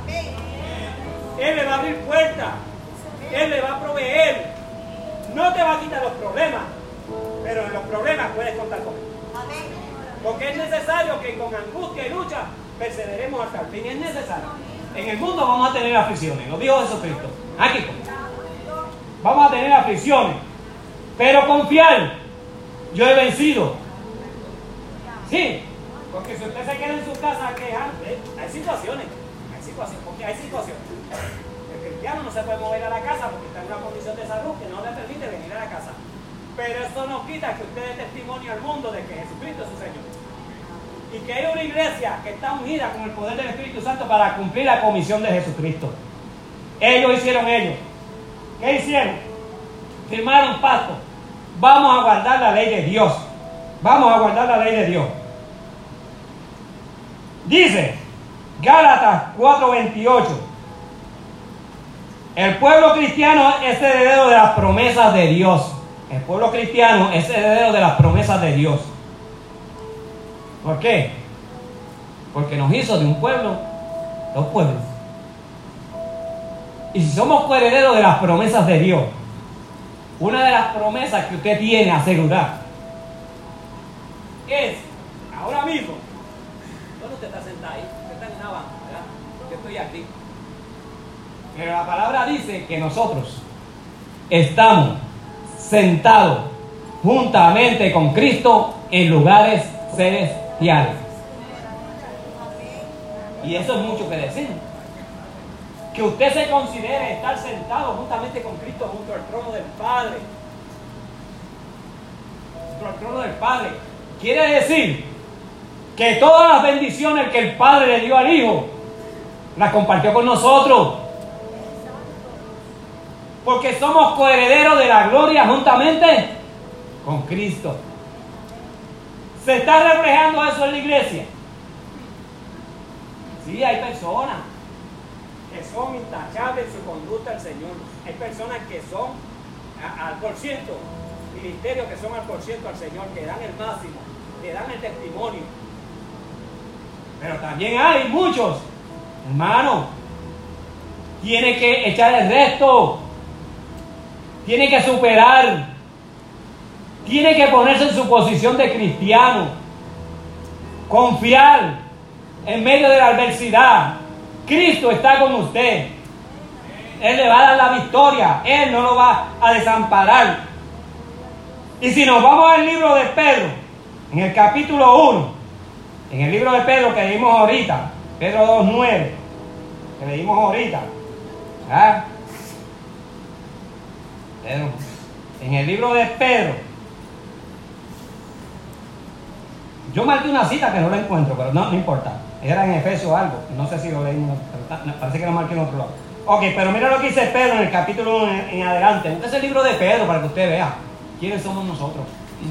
Él le va a abrir puertas, Él le va a proveer. No te va a quitar los problemas, pero en los problemas puedes contar con Él. Porque es necesario que con angustia y lucha perseveremos hasta el fin. Es necesario. En el mundo vamos a tener aflicciones, lo dijo Jesucristo. Aquí vamos a tener aflicciones, pero confiar, yo he vencido. Sí, porque si usted se queda en su casa quejando, hay situaciones, porque hay situaciones. El cristiano no se puede mover a la casa porque está en una condición de salud que no le permite venir a la casa. Pero eso no quita que usted dé testimonio al mundo de que Jesucristo es su Señor. Y que hay una iglesia que está unida con el poder del Espíritu Santo para cumplir la comisión de Jesucristo. Ellos hicieron ello. ¿Qué hicieron? Firmaron pacto. Vamos a guardar la ley de Dios. Vamos a guardar la ley de Dios. Dice Gálatas 4:28. El pueblo cristiano es heredero de las promesas de Dios. El pueblo cristiano es heredero de las promesas de Dios. ¿Por qué? Porque nos hizo de un pueblo, dos pueblos. Y si somos coherederos de las promesas de Dios, una de las promesas que usted tiene asegurar es, ahora mismo, ¿dónde usted está sentado ahí? Usted está en una banca, ¿verdad? Yo estoy aquí. Pero la palabra dice que nosotros estamos sentados juntamente con Cristo en lugares celestiales. Y eso es mucho que decir. Que usted se considere estar sentado juntamente con Cristo junto al trono del Padre. Junto al trono del Padre. Quiere decir que todas las bendiciones que el Padre le dio al Hijo, las compartió con nosotros. Porque somos coherederos de la gloria juntamente con Cristo. ¿Se está reflejando eso en la iglesia? Sí, hay personas que son intachables en su conducta al Señor. Hay personas que son al por ciento, ministerios que son al por ciento al Señor, que dan el máximo, que dan el testimonio. Pero también hay muchos, hermanos, tiene que echar el resto, tiene que superar, tiene que ponerse en su posición de cristiano, confiar en medio de la adversidad. Cristo está con usted. Él le va a dar la victoria. Él no lo va a desamparar. Y si nos vamos al libro de Pedro, en el capítulo 1, en el libro de Pedro que leímos ahorita, Pedro 2:9, que leímos ahorita, ¿ah? Pedro, en el libro de Pedro, yo marqué una cita que no la encuentro, pero no importa. Era en Efesios algo, no sé si lo leímos, pero parece que lo marqué en otro lado. Ok, pero mira lo que dice Pedro en el capítulo 1 en adelante. Busque el libro de Pedro para que usted vea quiénes somos nosotros.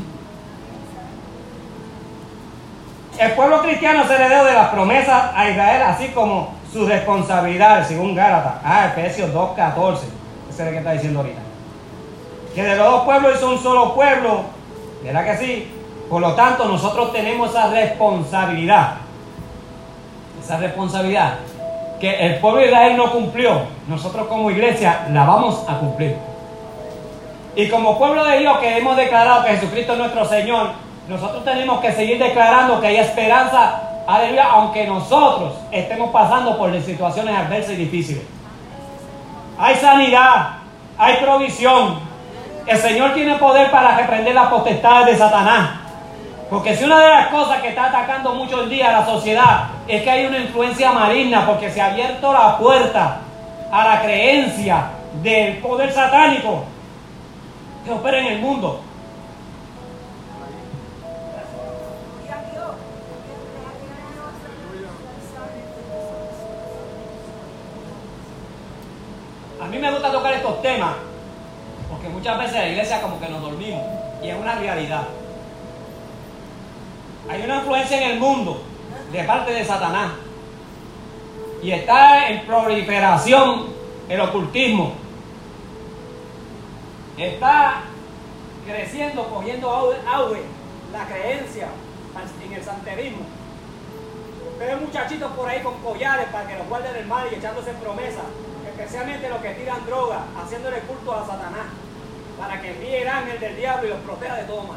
El pueblo cristiano es heredero de las promesas a Israel, así como su responsabilidad, según Gálatas. Efesios 2:14. Ese es el que está diciendo ahorita. Que de los dos pueblos hizo un solo pueblo. ¿Verdad que sí? Por lo tanto, nosotros tenemos esa responsabilidad. Esa responsabilidad que el pueblo de Israel no cumplió, nosotros como iglesia la vamos a cumplir. Y como pueblo de Dios que hemos declarado que Jesucristo es nuestro Señor, nosotros tenemos que seguir declarando que hay esperanza, aleluya, aunque nosotros estemos pasando por situaciones adversas y difíciles. Hay sanidad, hay provisión. El Señor tiene poder para reprender las potestades de Satanás. Porque si una de las cosas que está atacando mucho hoy día a la sociedad es que hay una influencia maligna, porque se ha abierto la puerta a la creencia del poder satánico que opera en el mundo. A mí me gusta tocar estos temas Porque muchas veces la iglesia como que nos dormimos y es una realidad. Hay una influencia en el mundo de parte de Satanás y está en proliferación el ocultismo. Está creciendo, cogiendo auge la creencia en el santerismo. Ven muchachitos por ahí con collares para que los guarden del mal y echándose promesas, especialmente los que tiran droga, haciéndole culto a Satanás, para que envíe el ángel del diablo y los proteja de todo mal.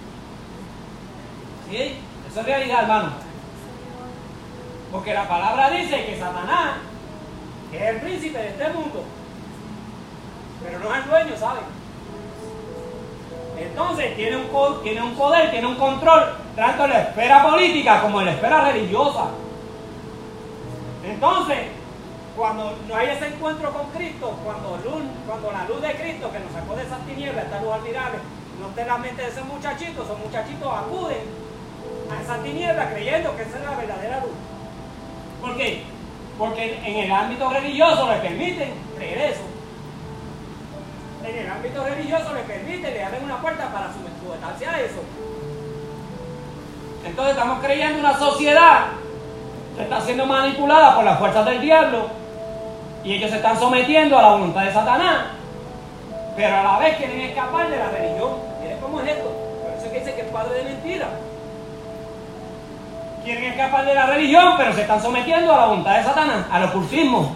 ¿Sí? Eso es realidad, hermano. Porque la palabra dice que Satanás es el príncipe de este mundo, pero no es el dueño, ¿saben? Entonces tiene un poder, tiene un control, tanto en la esfera política como en la esfera religiosa. Entonces, cuando no hay ese encuentro con Cristo, cuando la luz de Cristo que nos sacó de esas tinieblas, esta luz admirable, no esté en la mente de esos muchachitos acuden a esa tiniebla creyendo que esa es la verdadera luz. ¿Por qué? Porque en el ámbito religioso le permiten creer eso. En el ámbito religioso le abren una puerta para sujetarse a eso. Entonces estamos creyendo una sociedad que está siendo manipulada por las fuerzas del diablo y ellos se están sometiendo a la voluntad de Satanás, pero a la vez quieren escapar de la religión. Miren cómo es esto. Por eso es que dice que es padre de mentira. Quieren escapar de la religión, pero se están sometiendo a la voluntad de Satanás, al ocultismo.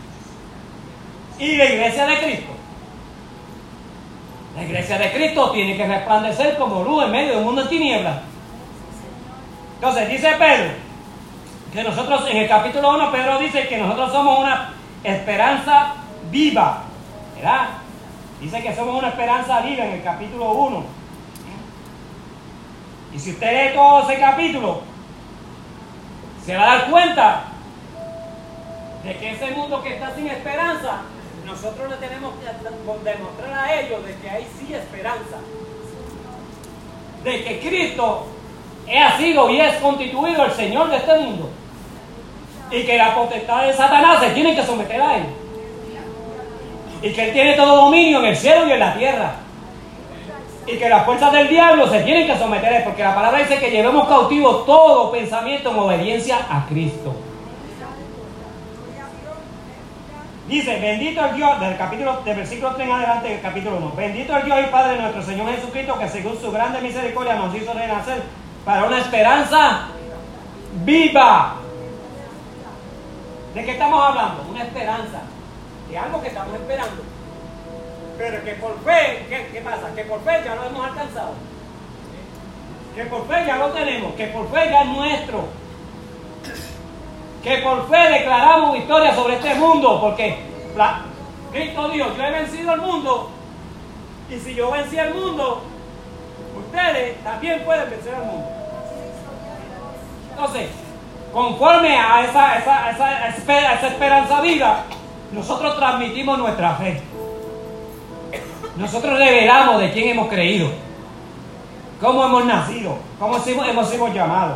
Y la iglesia de Cristo. La iglesia de Cristo tiene que resplandecer como luz en medio de un mundo en tinieblas. Entonces dice Pedro que nosotros, en el capítulo 1, Pedro dice que nosotros somos una esperanza viva, ¿verdad? Dice que somos una esperanza viva en el capítulo 1. Y si usted lee todo ese capítulo, se va a dar cuenta de que ese mundo que está sin esperanza, nosotros le tenemos que demostrar a ellos de que hay sí esperanza. De que Cristo ha sido y es constituido el Señor de este mundo. Y que la potestad de Satanás se tiene que someter a Él. Y que Él tiene todo dominio en el cielo y en la tierra. Y que las fuerzas del diablo se tienen que someter a Él. Porque la palabra dice que llevemos cautivo todo pensamiento en obediencia a Cristo. Dice, bendito el Dios, del versículo 3 en adelante del capítulo 1. Bendito el Dios y Padre de nuestro Señor Jesucristo, que según su grande misericordia nos hizo renacer para una esperanza viva. ¿De qué estamos hablando? Una esperanza. De algo que estamos esperando. Pero que por fe, ¿qué pasa? Que por fe ya lo hemos alcanzado. Que por fe ya lo tenemos. Que por fe ya es nuestro. Que por fe declaramos victoria sobre este mundo, porque Cristo dijo, yo he vencido al mundo, y si yo vencí al mundo, ustedes también pueden vencer al mundo. Entonces, conforme a esa esperanza viva, nosotros transmitimos nuestra fe. Nosotros revelamos de quién hemos creído, cómo hemos nacido, cómo hemos sido llamados.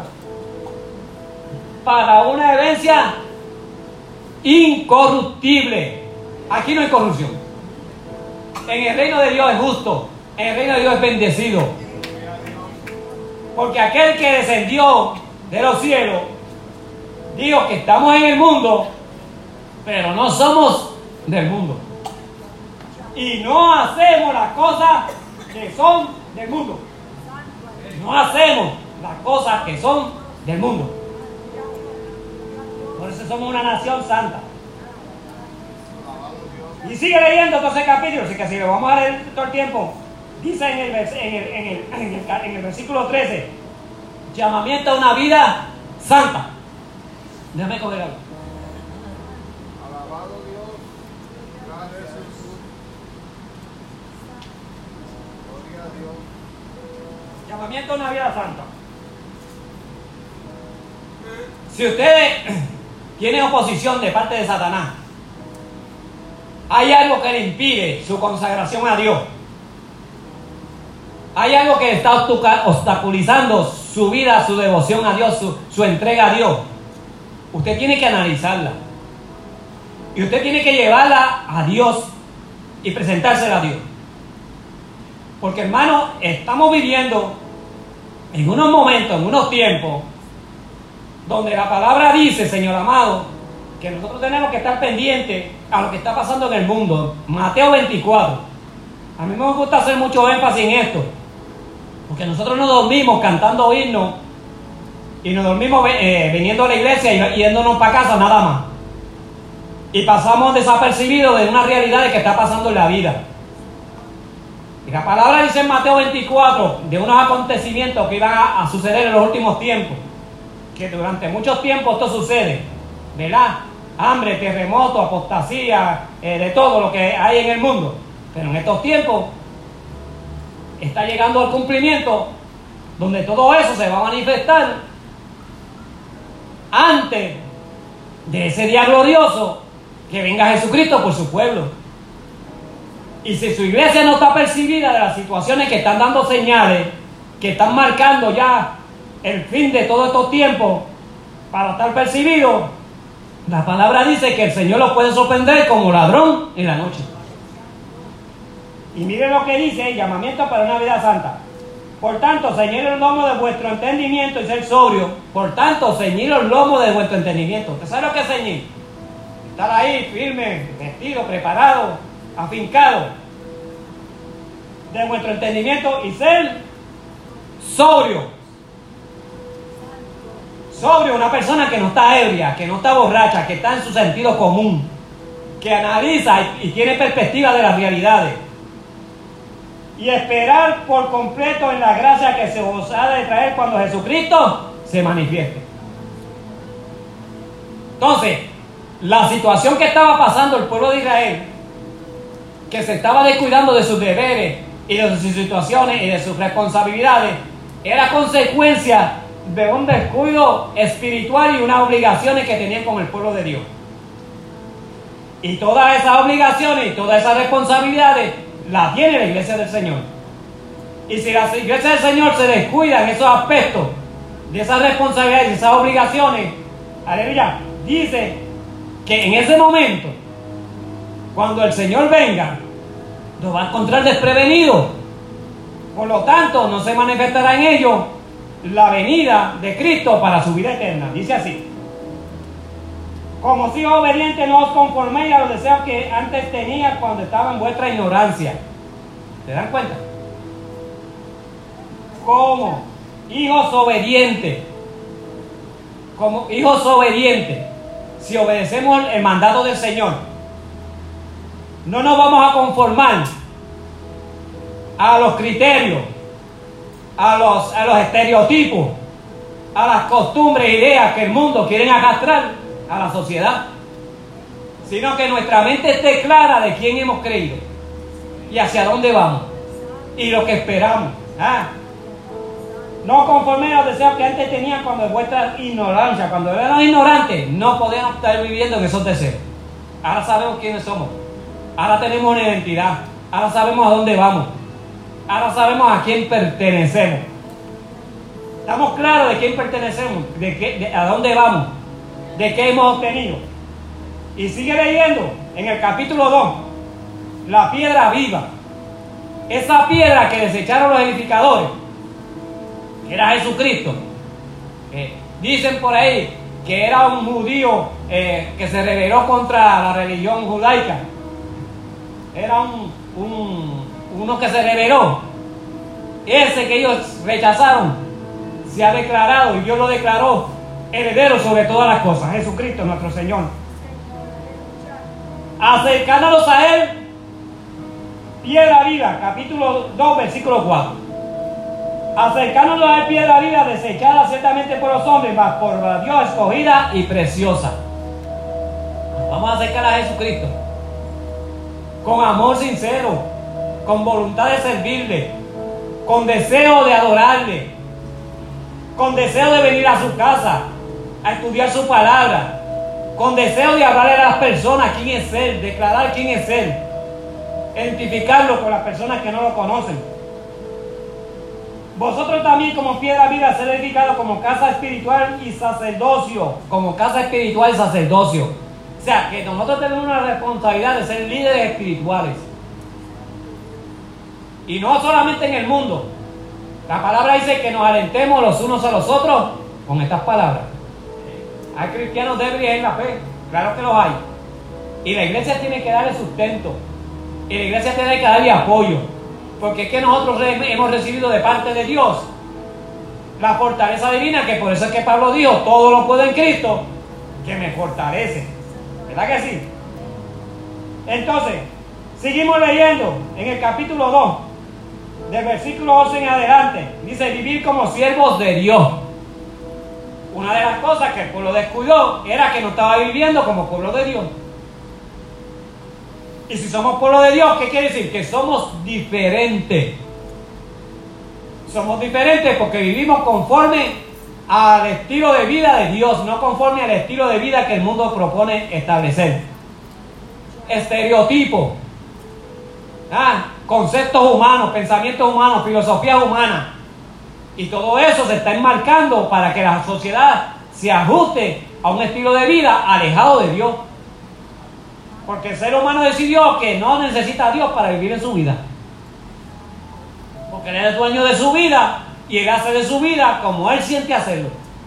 Para una herencia incorruptible. Aquí no hay corrupción. En el reino de Dios es justo. En el reino de Dios es bendecido. Porque aquel que descendió de los cielos dijo que estamos en el mundo, pero no somos del mundo. Y no hacemos las cosas que son del mundo. No hacemos las cosas que son del mundo. Por eso somos una nación santa. Y sigue leyendo todo ese capítulo, así que si lo vamos a leer todo el tiempo, dice en el versículo 13, llamamiento a una vida santa. Déjame coger algo. Alabado Dios, gracias Jesús. Gloria a Dios. Llamamiento a una vida santa. Si ustedes tienen oposición de parte de Satanás, hay algo que le impide su consagración a Dios. Hay algo que está obstaculizando su vida, su devoción a Dios, su entrega a Dios. Usted tiene que analizarla. Y usted tiene que llevarla a Dios y presentársela a Dios. Porque, hermano, estamos viviendo en unos momentos, en unos tiempos, donde la palabra dice, Señor amado, que nosotros tenemos que estar pendientes a lo que está pasando en el mundo. Mateo 24. A mí me gusta hacer mucho énfasis en esto, porque nosotros nos dormimos cantando himnos y nos dormimos viniendo a la iglesia y yéndonos para casa nada más. Y pasamos desapercibidos de una realidad que está pasando en la vida. Y la palabra dice en Mateo 24 de unos acontecimientos que iban a suceder en los últimos tiempos. Que durante muchos tiempos esto sucede, ¿verdad? Hambre, terremoto, apostasía, de todo lo que hay en el mundo. Pero en estos tiempos está llegando al cumplimiento donde todo eso se va a manifestar antes de ese día glorioso que venga Jesucristo por su pueblo. Y si su iglesia no está percibida de las situaciones que están dando señales, que están marcando ya el fin de todos estos tiempos para estar percibido, la palabra dice que el Señor los puede sorprender como ladrón en la noche. Y miren lo que dice, llamamiento para una vida santa. Por tanto, ceñid el lomo de vuestro entendimiento y ser sobrio. Por tanto, ceñid el lomo de vuestro entendimiento. ¿Usted sabe lo que es ceñir? Estar ahí firme, vestido, preparado, afincado de vuestro entendimiento y ser sobrio. Sobrio, una persona que no está ebria, que no está borracha, que está en su sentido común, que analiza y tiene perspectiva de las realidades. Y esperar por completo en la gracia que se os ha de traer cuando Jesucristo se manifieste. Entonces, la situación que estaba pasando el pueblo de Israel, que se estaba descuidando de sus deberes y de sus situaciones y de sus responsabilidades, era consecuencia de un descuido espiritual y unas obligaciones que tenían con el pueblo de Dios. Y todas esas obligaciones y todas esas responsabilidades las tiene la iglesia del Señor. Y si la iglesia del Señor se descuida en esos aspectos de esas responsabilidades y esas obligaciones, aleluya, dice que en ese momento, cuando el Señor venga, nos va a encontrar desprevenidos. Por lo tanto, no se manifestará en ellos la venida de Cristo para su vida eterna. Dice así: como hijos obedientes, no os conforméis a los deseos que antes teníais cuando estaba en vuestra ignorancia. ¿Se dan cuenta? Como hijos obedientes, si obedecemos el mandato del Señor, no nos vamos a conformar a los criterios, a los estereotipos, a las costumbres e ideas que el mundo quiere arrastrar a la sociedad, sino que nuestra mente esté clara de quién hemos creído y hacia dónde vamos y lo que esperamos. No conforméis a los deseos que antes tenían cuando vuestra ignorancia, cuando eran ignorantes, no podíamos estar viviendo en esos deseos. Ahora sabemos quiénes somos, ahora tenemos una identidad, ahora sabemos a dónde vamos, ahora sabemos a quién pertenecemos. Estamos claros de quién pertenecemos, a dónde vamos, de qué hemos obtenido. Y sigue leyendo en el capítulo 2, la piedra viva, esa piedra que desecharon los edificadores, que era Jesucristo. Dicen por ahí que era un judío que se rebeló contra la religión judaica. Era uno que se rebeló. Ese que ellos rechazaron se ha declarado, y Dios lo declaró heredero sobre todas las cosas, Jesucristo nuestro Señor. Acercándonos a Él, piedra viva, capítulo 2, versículo 4. Acercándonos a Él, piedra viva, desechada ciertamente por los hombres, mas por Dios escogida y preciosa. Nos vamos a acercar a Jesucristo con amor sincero, con voluntad de servirle, con deseo de adorarle, con deseo de venir a su casa a estudiar su palabra, con deseo de hablarle a las personas quién es Él, declarar quién es Él, identificarlo con las personas que no lo conocen. Vosotros también, como piedra viva, ser edificados como casa espiritual y sacerdocio. Como casa espiritual y sacerdocio. O sea, que nosotros tenemos una responsabilidad de ser líderes espirituales. Y no solamente en el mundo. La palabra dice que nos alentemos los unos a los otros con estas palabras. Hay cristianos débiles en la fe, claro que los hay. Y la iglesia tiene que darle sustento. Y la iglesia tiene que darle apoyo. Porque es que nosotros hemos recibido de parte de Dios la fortaleza divina, que por eso es que Pablo dijo, todo lo puedo en Cristo, que me fortalece. ¿Verdad que sí? Entonces, seguimos leyendo en el capítulo 2, del versículo 11 en adelante. Dice, vivir como siervos de Dios. Una de las cosas que el pueblo descuidó era que no estaba viviendo como pueblo de Dios. Y si somos pueblo de Dios, ¿qué quiere decir? Que somos diferentes. Somos diferentes porque vivimos conforme al estilo de vida de Dios, no conforme al estilo de vida que el mundo propone establecer. Estereotipos, conceptos humanos, pensamientos humanos, filosofías humanas. Y todo eso se está enmarcando para que la sociedad se ajuste a un estilo de vida alejado de Dios. Porque el ser humano decidió que no necesita a Dios para vivir en su vida. Porque Él es el dueño de su vida y Él hace de su vida como Él siente hacerlo.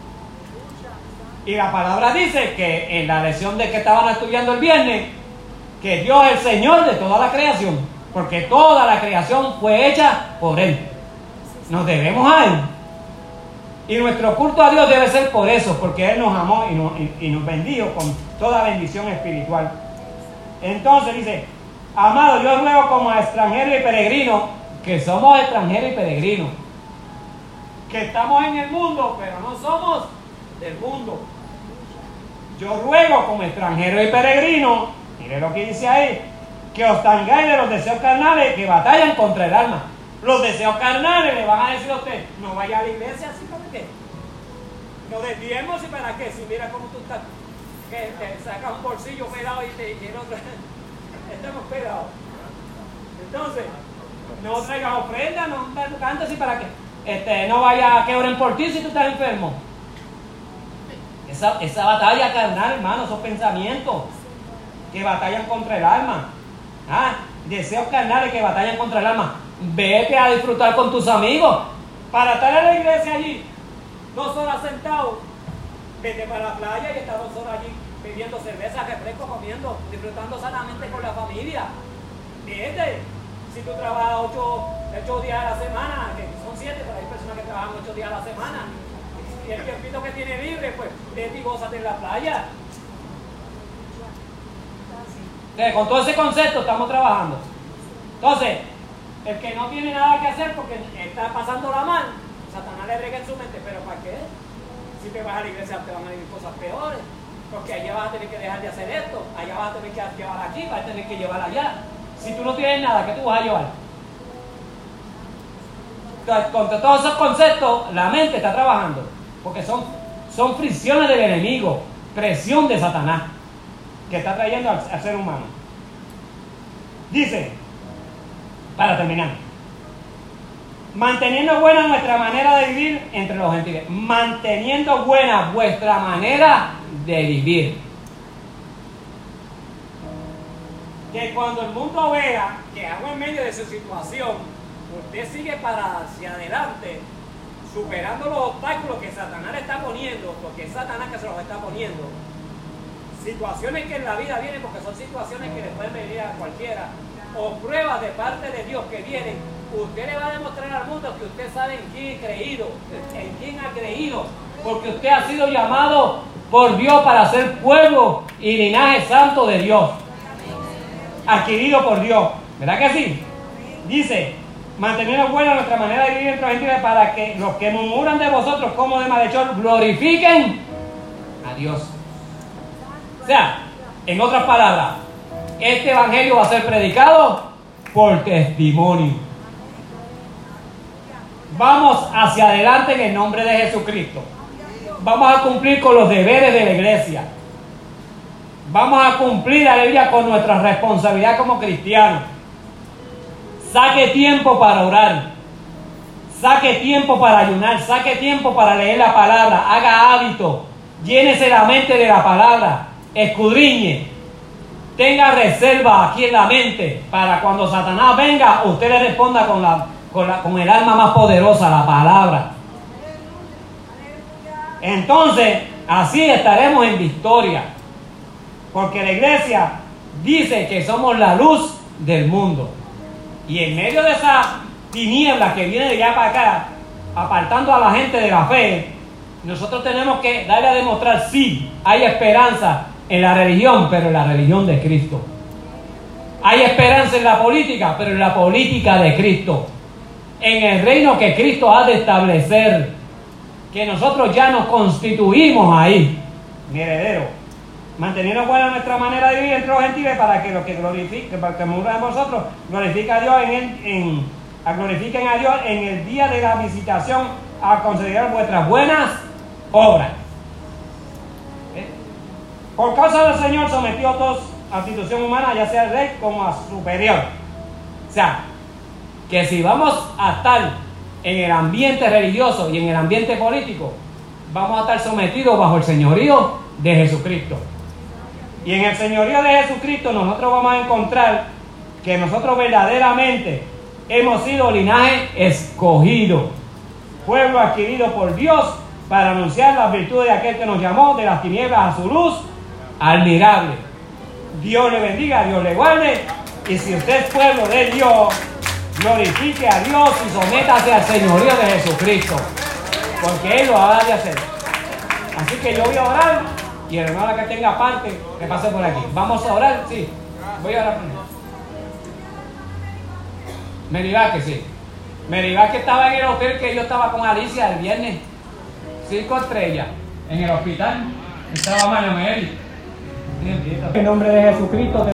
Y la palabra dice que en la lección de que estaban estudiando el viernes, que Dios es el Señor de toda la creación. Porque toda la creación fue hecha por Él. Nos debemos a Él. Y nuestro culto a Dios debe ser por eso, porque Él nos amó y nos bendijo con toda bendición espiritual. Entonces dice, amado, yo ruego como a extranjero y peregrino, que somos extranjeros y peregrinos, que estamos en el mundo, pero no somos del mundo. Yo ruego como extranjero y peregrino, mire lo que dice ahí, que os tengáis de los deseos carnales que batallan contra el alma. Los deseos carnales le van a decir a usted, no vaya a la iglesia, ¿así para qué? No desviemos, ¿y para qué? Si mira cómo tú estás, que te sacas un bolsillo pelado y el otro, estamos pelados. Entonces, no traigas ofrenda, no cantes, ¿y para qué? No vaya a que oren por ti si tú estás enfermo. Esa batalla carnal, hermano, esos pensamientos que batallan contra el alma. Deseos carnales que batallan contra el alma. Vete a disfrutar con tus amigos. Para estar en la iglesia allí 2 horas sentado, vete para la playa y estar 2 horas allí bebiendo cerveza, refresco, comiendo, disfrutando sanamente con la familia. Vete. Si tú trabajas 8 días a la semana, que son 7, pero hay personas que trabajan 8 días a la semana, y el tiempito que tiene libre, pues vete y gózate en la playa. Con todo ese concepto estamos trabajando. Entonces, el que no tiene nada que hacer porque está pasándola mal, Satanás le brega en su mente, pero ¿para qué? Si te vas a la iglesia te van a vivir cosas peores, porque allá vas a tener que dejar de hacer esto, allá vas a tener que llevar aquí, vas a tener que llevar allá. Si tú no tienes nada, ¿qué tú vas a llevar? Entonces, contra todos esos conceptos, la mente está trabajando, porque son fricciones del enemigo, presión de Satanás, que está trayendo al ser humano. Dice, para terminar, manteniendo buena nuestra manera de vivir entre los gentiles. Manteniendo buena vuestra manera de vivir. Que cuando el mundo vea que aún en medio de su situación, usted sigue para hacia adelante, superando los obstáculos que Satanás le está poniendo, porque es Satanás que se los está poniendo. Situaciones que en la vida vienen, porque son situaciones que le pueden venir a cualquiera, o pruebas de parte de Dios que vienen, usted le va a demostrar al mundo que usted sabe en quién ha creído, porque usted ha sido llamado por Dios para ser pueblo y linaje santo de Dios, adquirido por Dios, ¿verdad que sí? Dice, manteniendo buena nuestra manera de vivir entre los gentiles, para que los que murmuran de vosotros como de malhechor glorifiquen a Dios. O sea, en otras palabras, este evangelio va a ser predicado por testimonio. Vamos hacia adelante en el nombre de Jesucristo. Vamos a cumplir con los deberes de la iglesia. Vamos a cumplir, aleluya, con nuestra responsabilidad como cristianos. Saque tiempo para orar. Saque tiempo para ayunar. Saque tiempo para leer la palabra. Haga hábito. Llénese la mente de la palabra. Escudriñe. tenga reserva aquí en la mente para cuando Satanás venga, usted le responda con el arma más poderosa, la palabra. Entonces, así estaremos en victoria. Porque la iglesia dice que somos la luz del mundo. Y en medio de esa tiniebla que viene de allá para acá, apartando a la gente de la fe, nosotros tenemos que darle a demostrar, sí, hay esperanza en la religión, pero en la religión de Cristo. Hay esperanza en la política, pero en la política de Cristo. En el reino que Cristo ha de establecer, que nosotros ya nos constituimos ahí, mi heredero, manteniendo buena nuestra manera de vivir entre los gentiles, para que los que glorifiquen, para que muchos de vosotros glorifiquen a Dios glorifiquen a Dios en el día de la visitación, a considerar vuestras buenas obras. Por causa del Señor sometió a todos a institución humana, ya sea el rey como a superior. O sea, que si vamos a estar en el ambiente religioso y en el ambiente político, vamos a estar sometidos bajo el señorío de Jesucristo. Y en el señorío de Jesucristo nosotros vamos a encontrar que nosotros verdaderamente hemos sido linaje escogido, pueblo adquirido por Dios para anunciar las virtudes de aquel que nos llamó de las tinieblas a su luz admirable. Dios le bendiga, Dios le guarde. Y si usted es pueblo de Dios, glorifique a Dios y sométase al señorío de Jesucristo, porque Él lo ha de hacer. Así que yo voy a orar, y el hermano que tenga parte, que pase por aquí. ¿Vamos a orar? Sí, voy a orar por él. Meribaque, sí. Meribaque estaba en el hotel que yo estaba con Alicia el viernes, 5 estrellas, en el hospital. Estaba María Mary. En nombre de Jesucristo.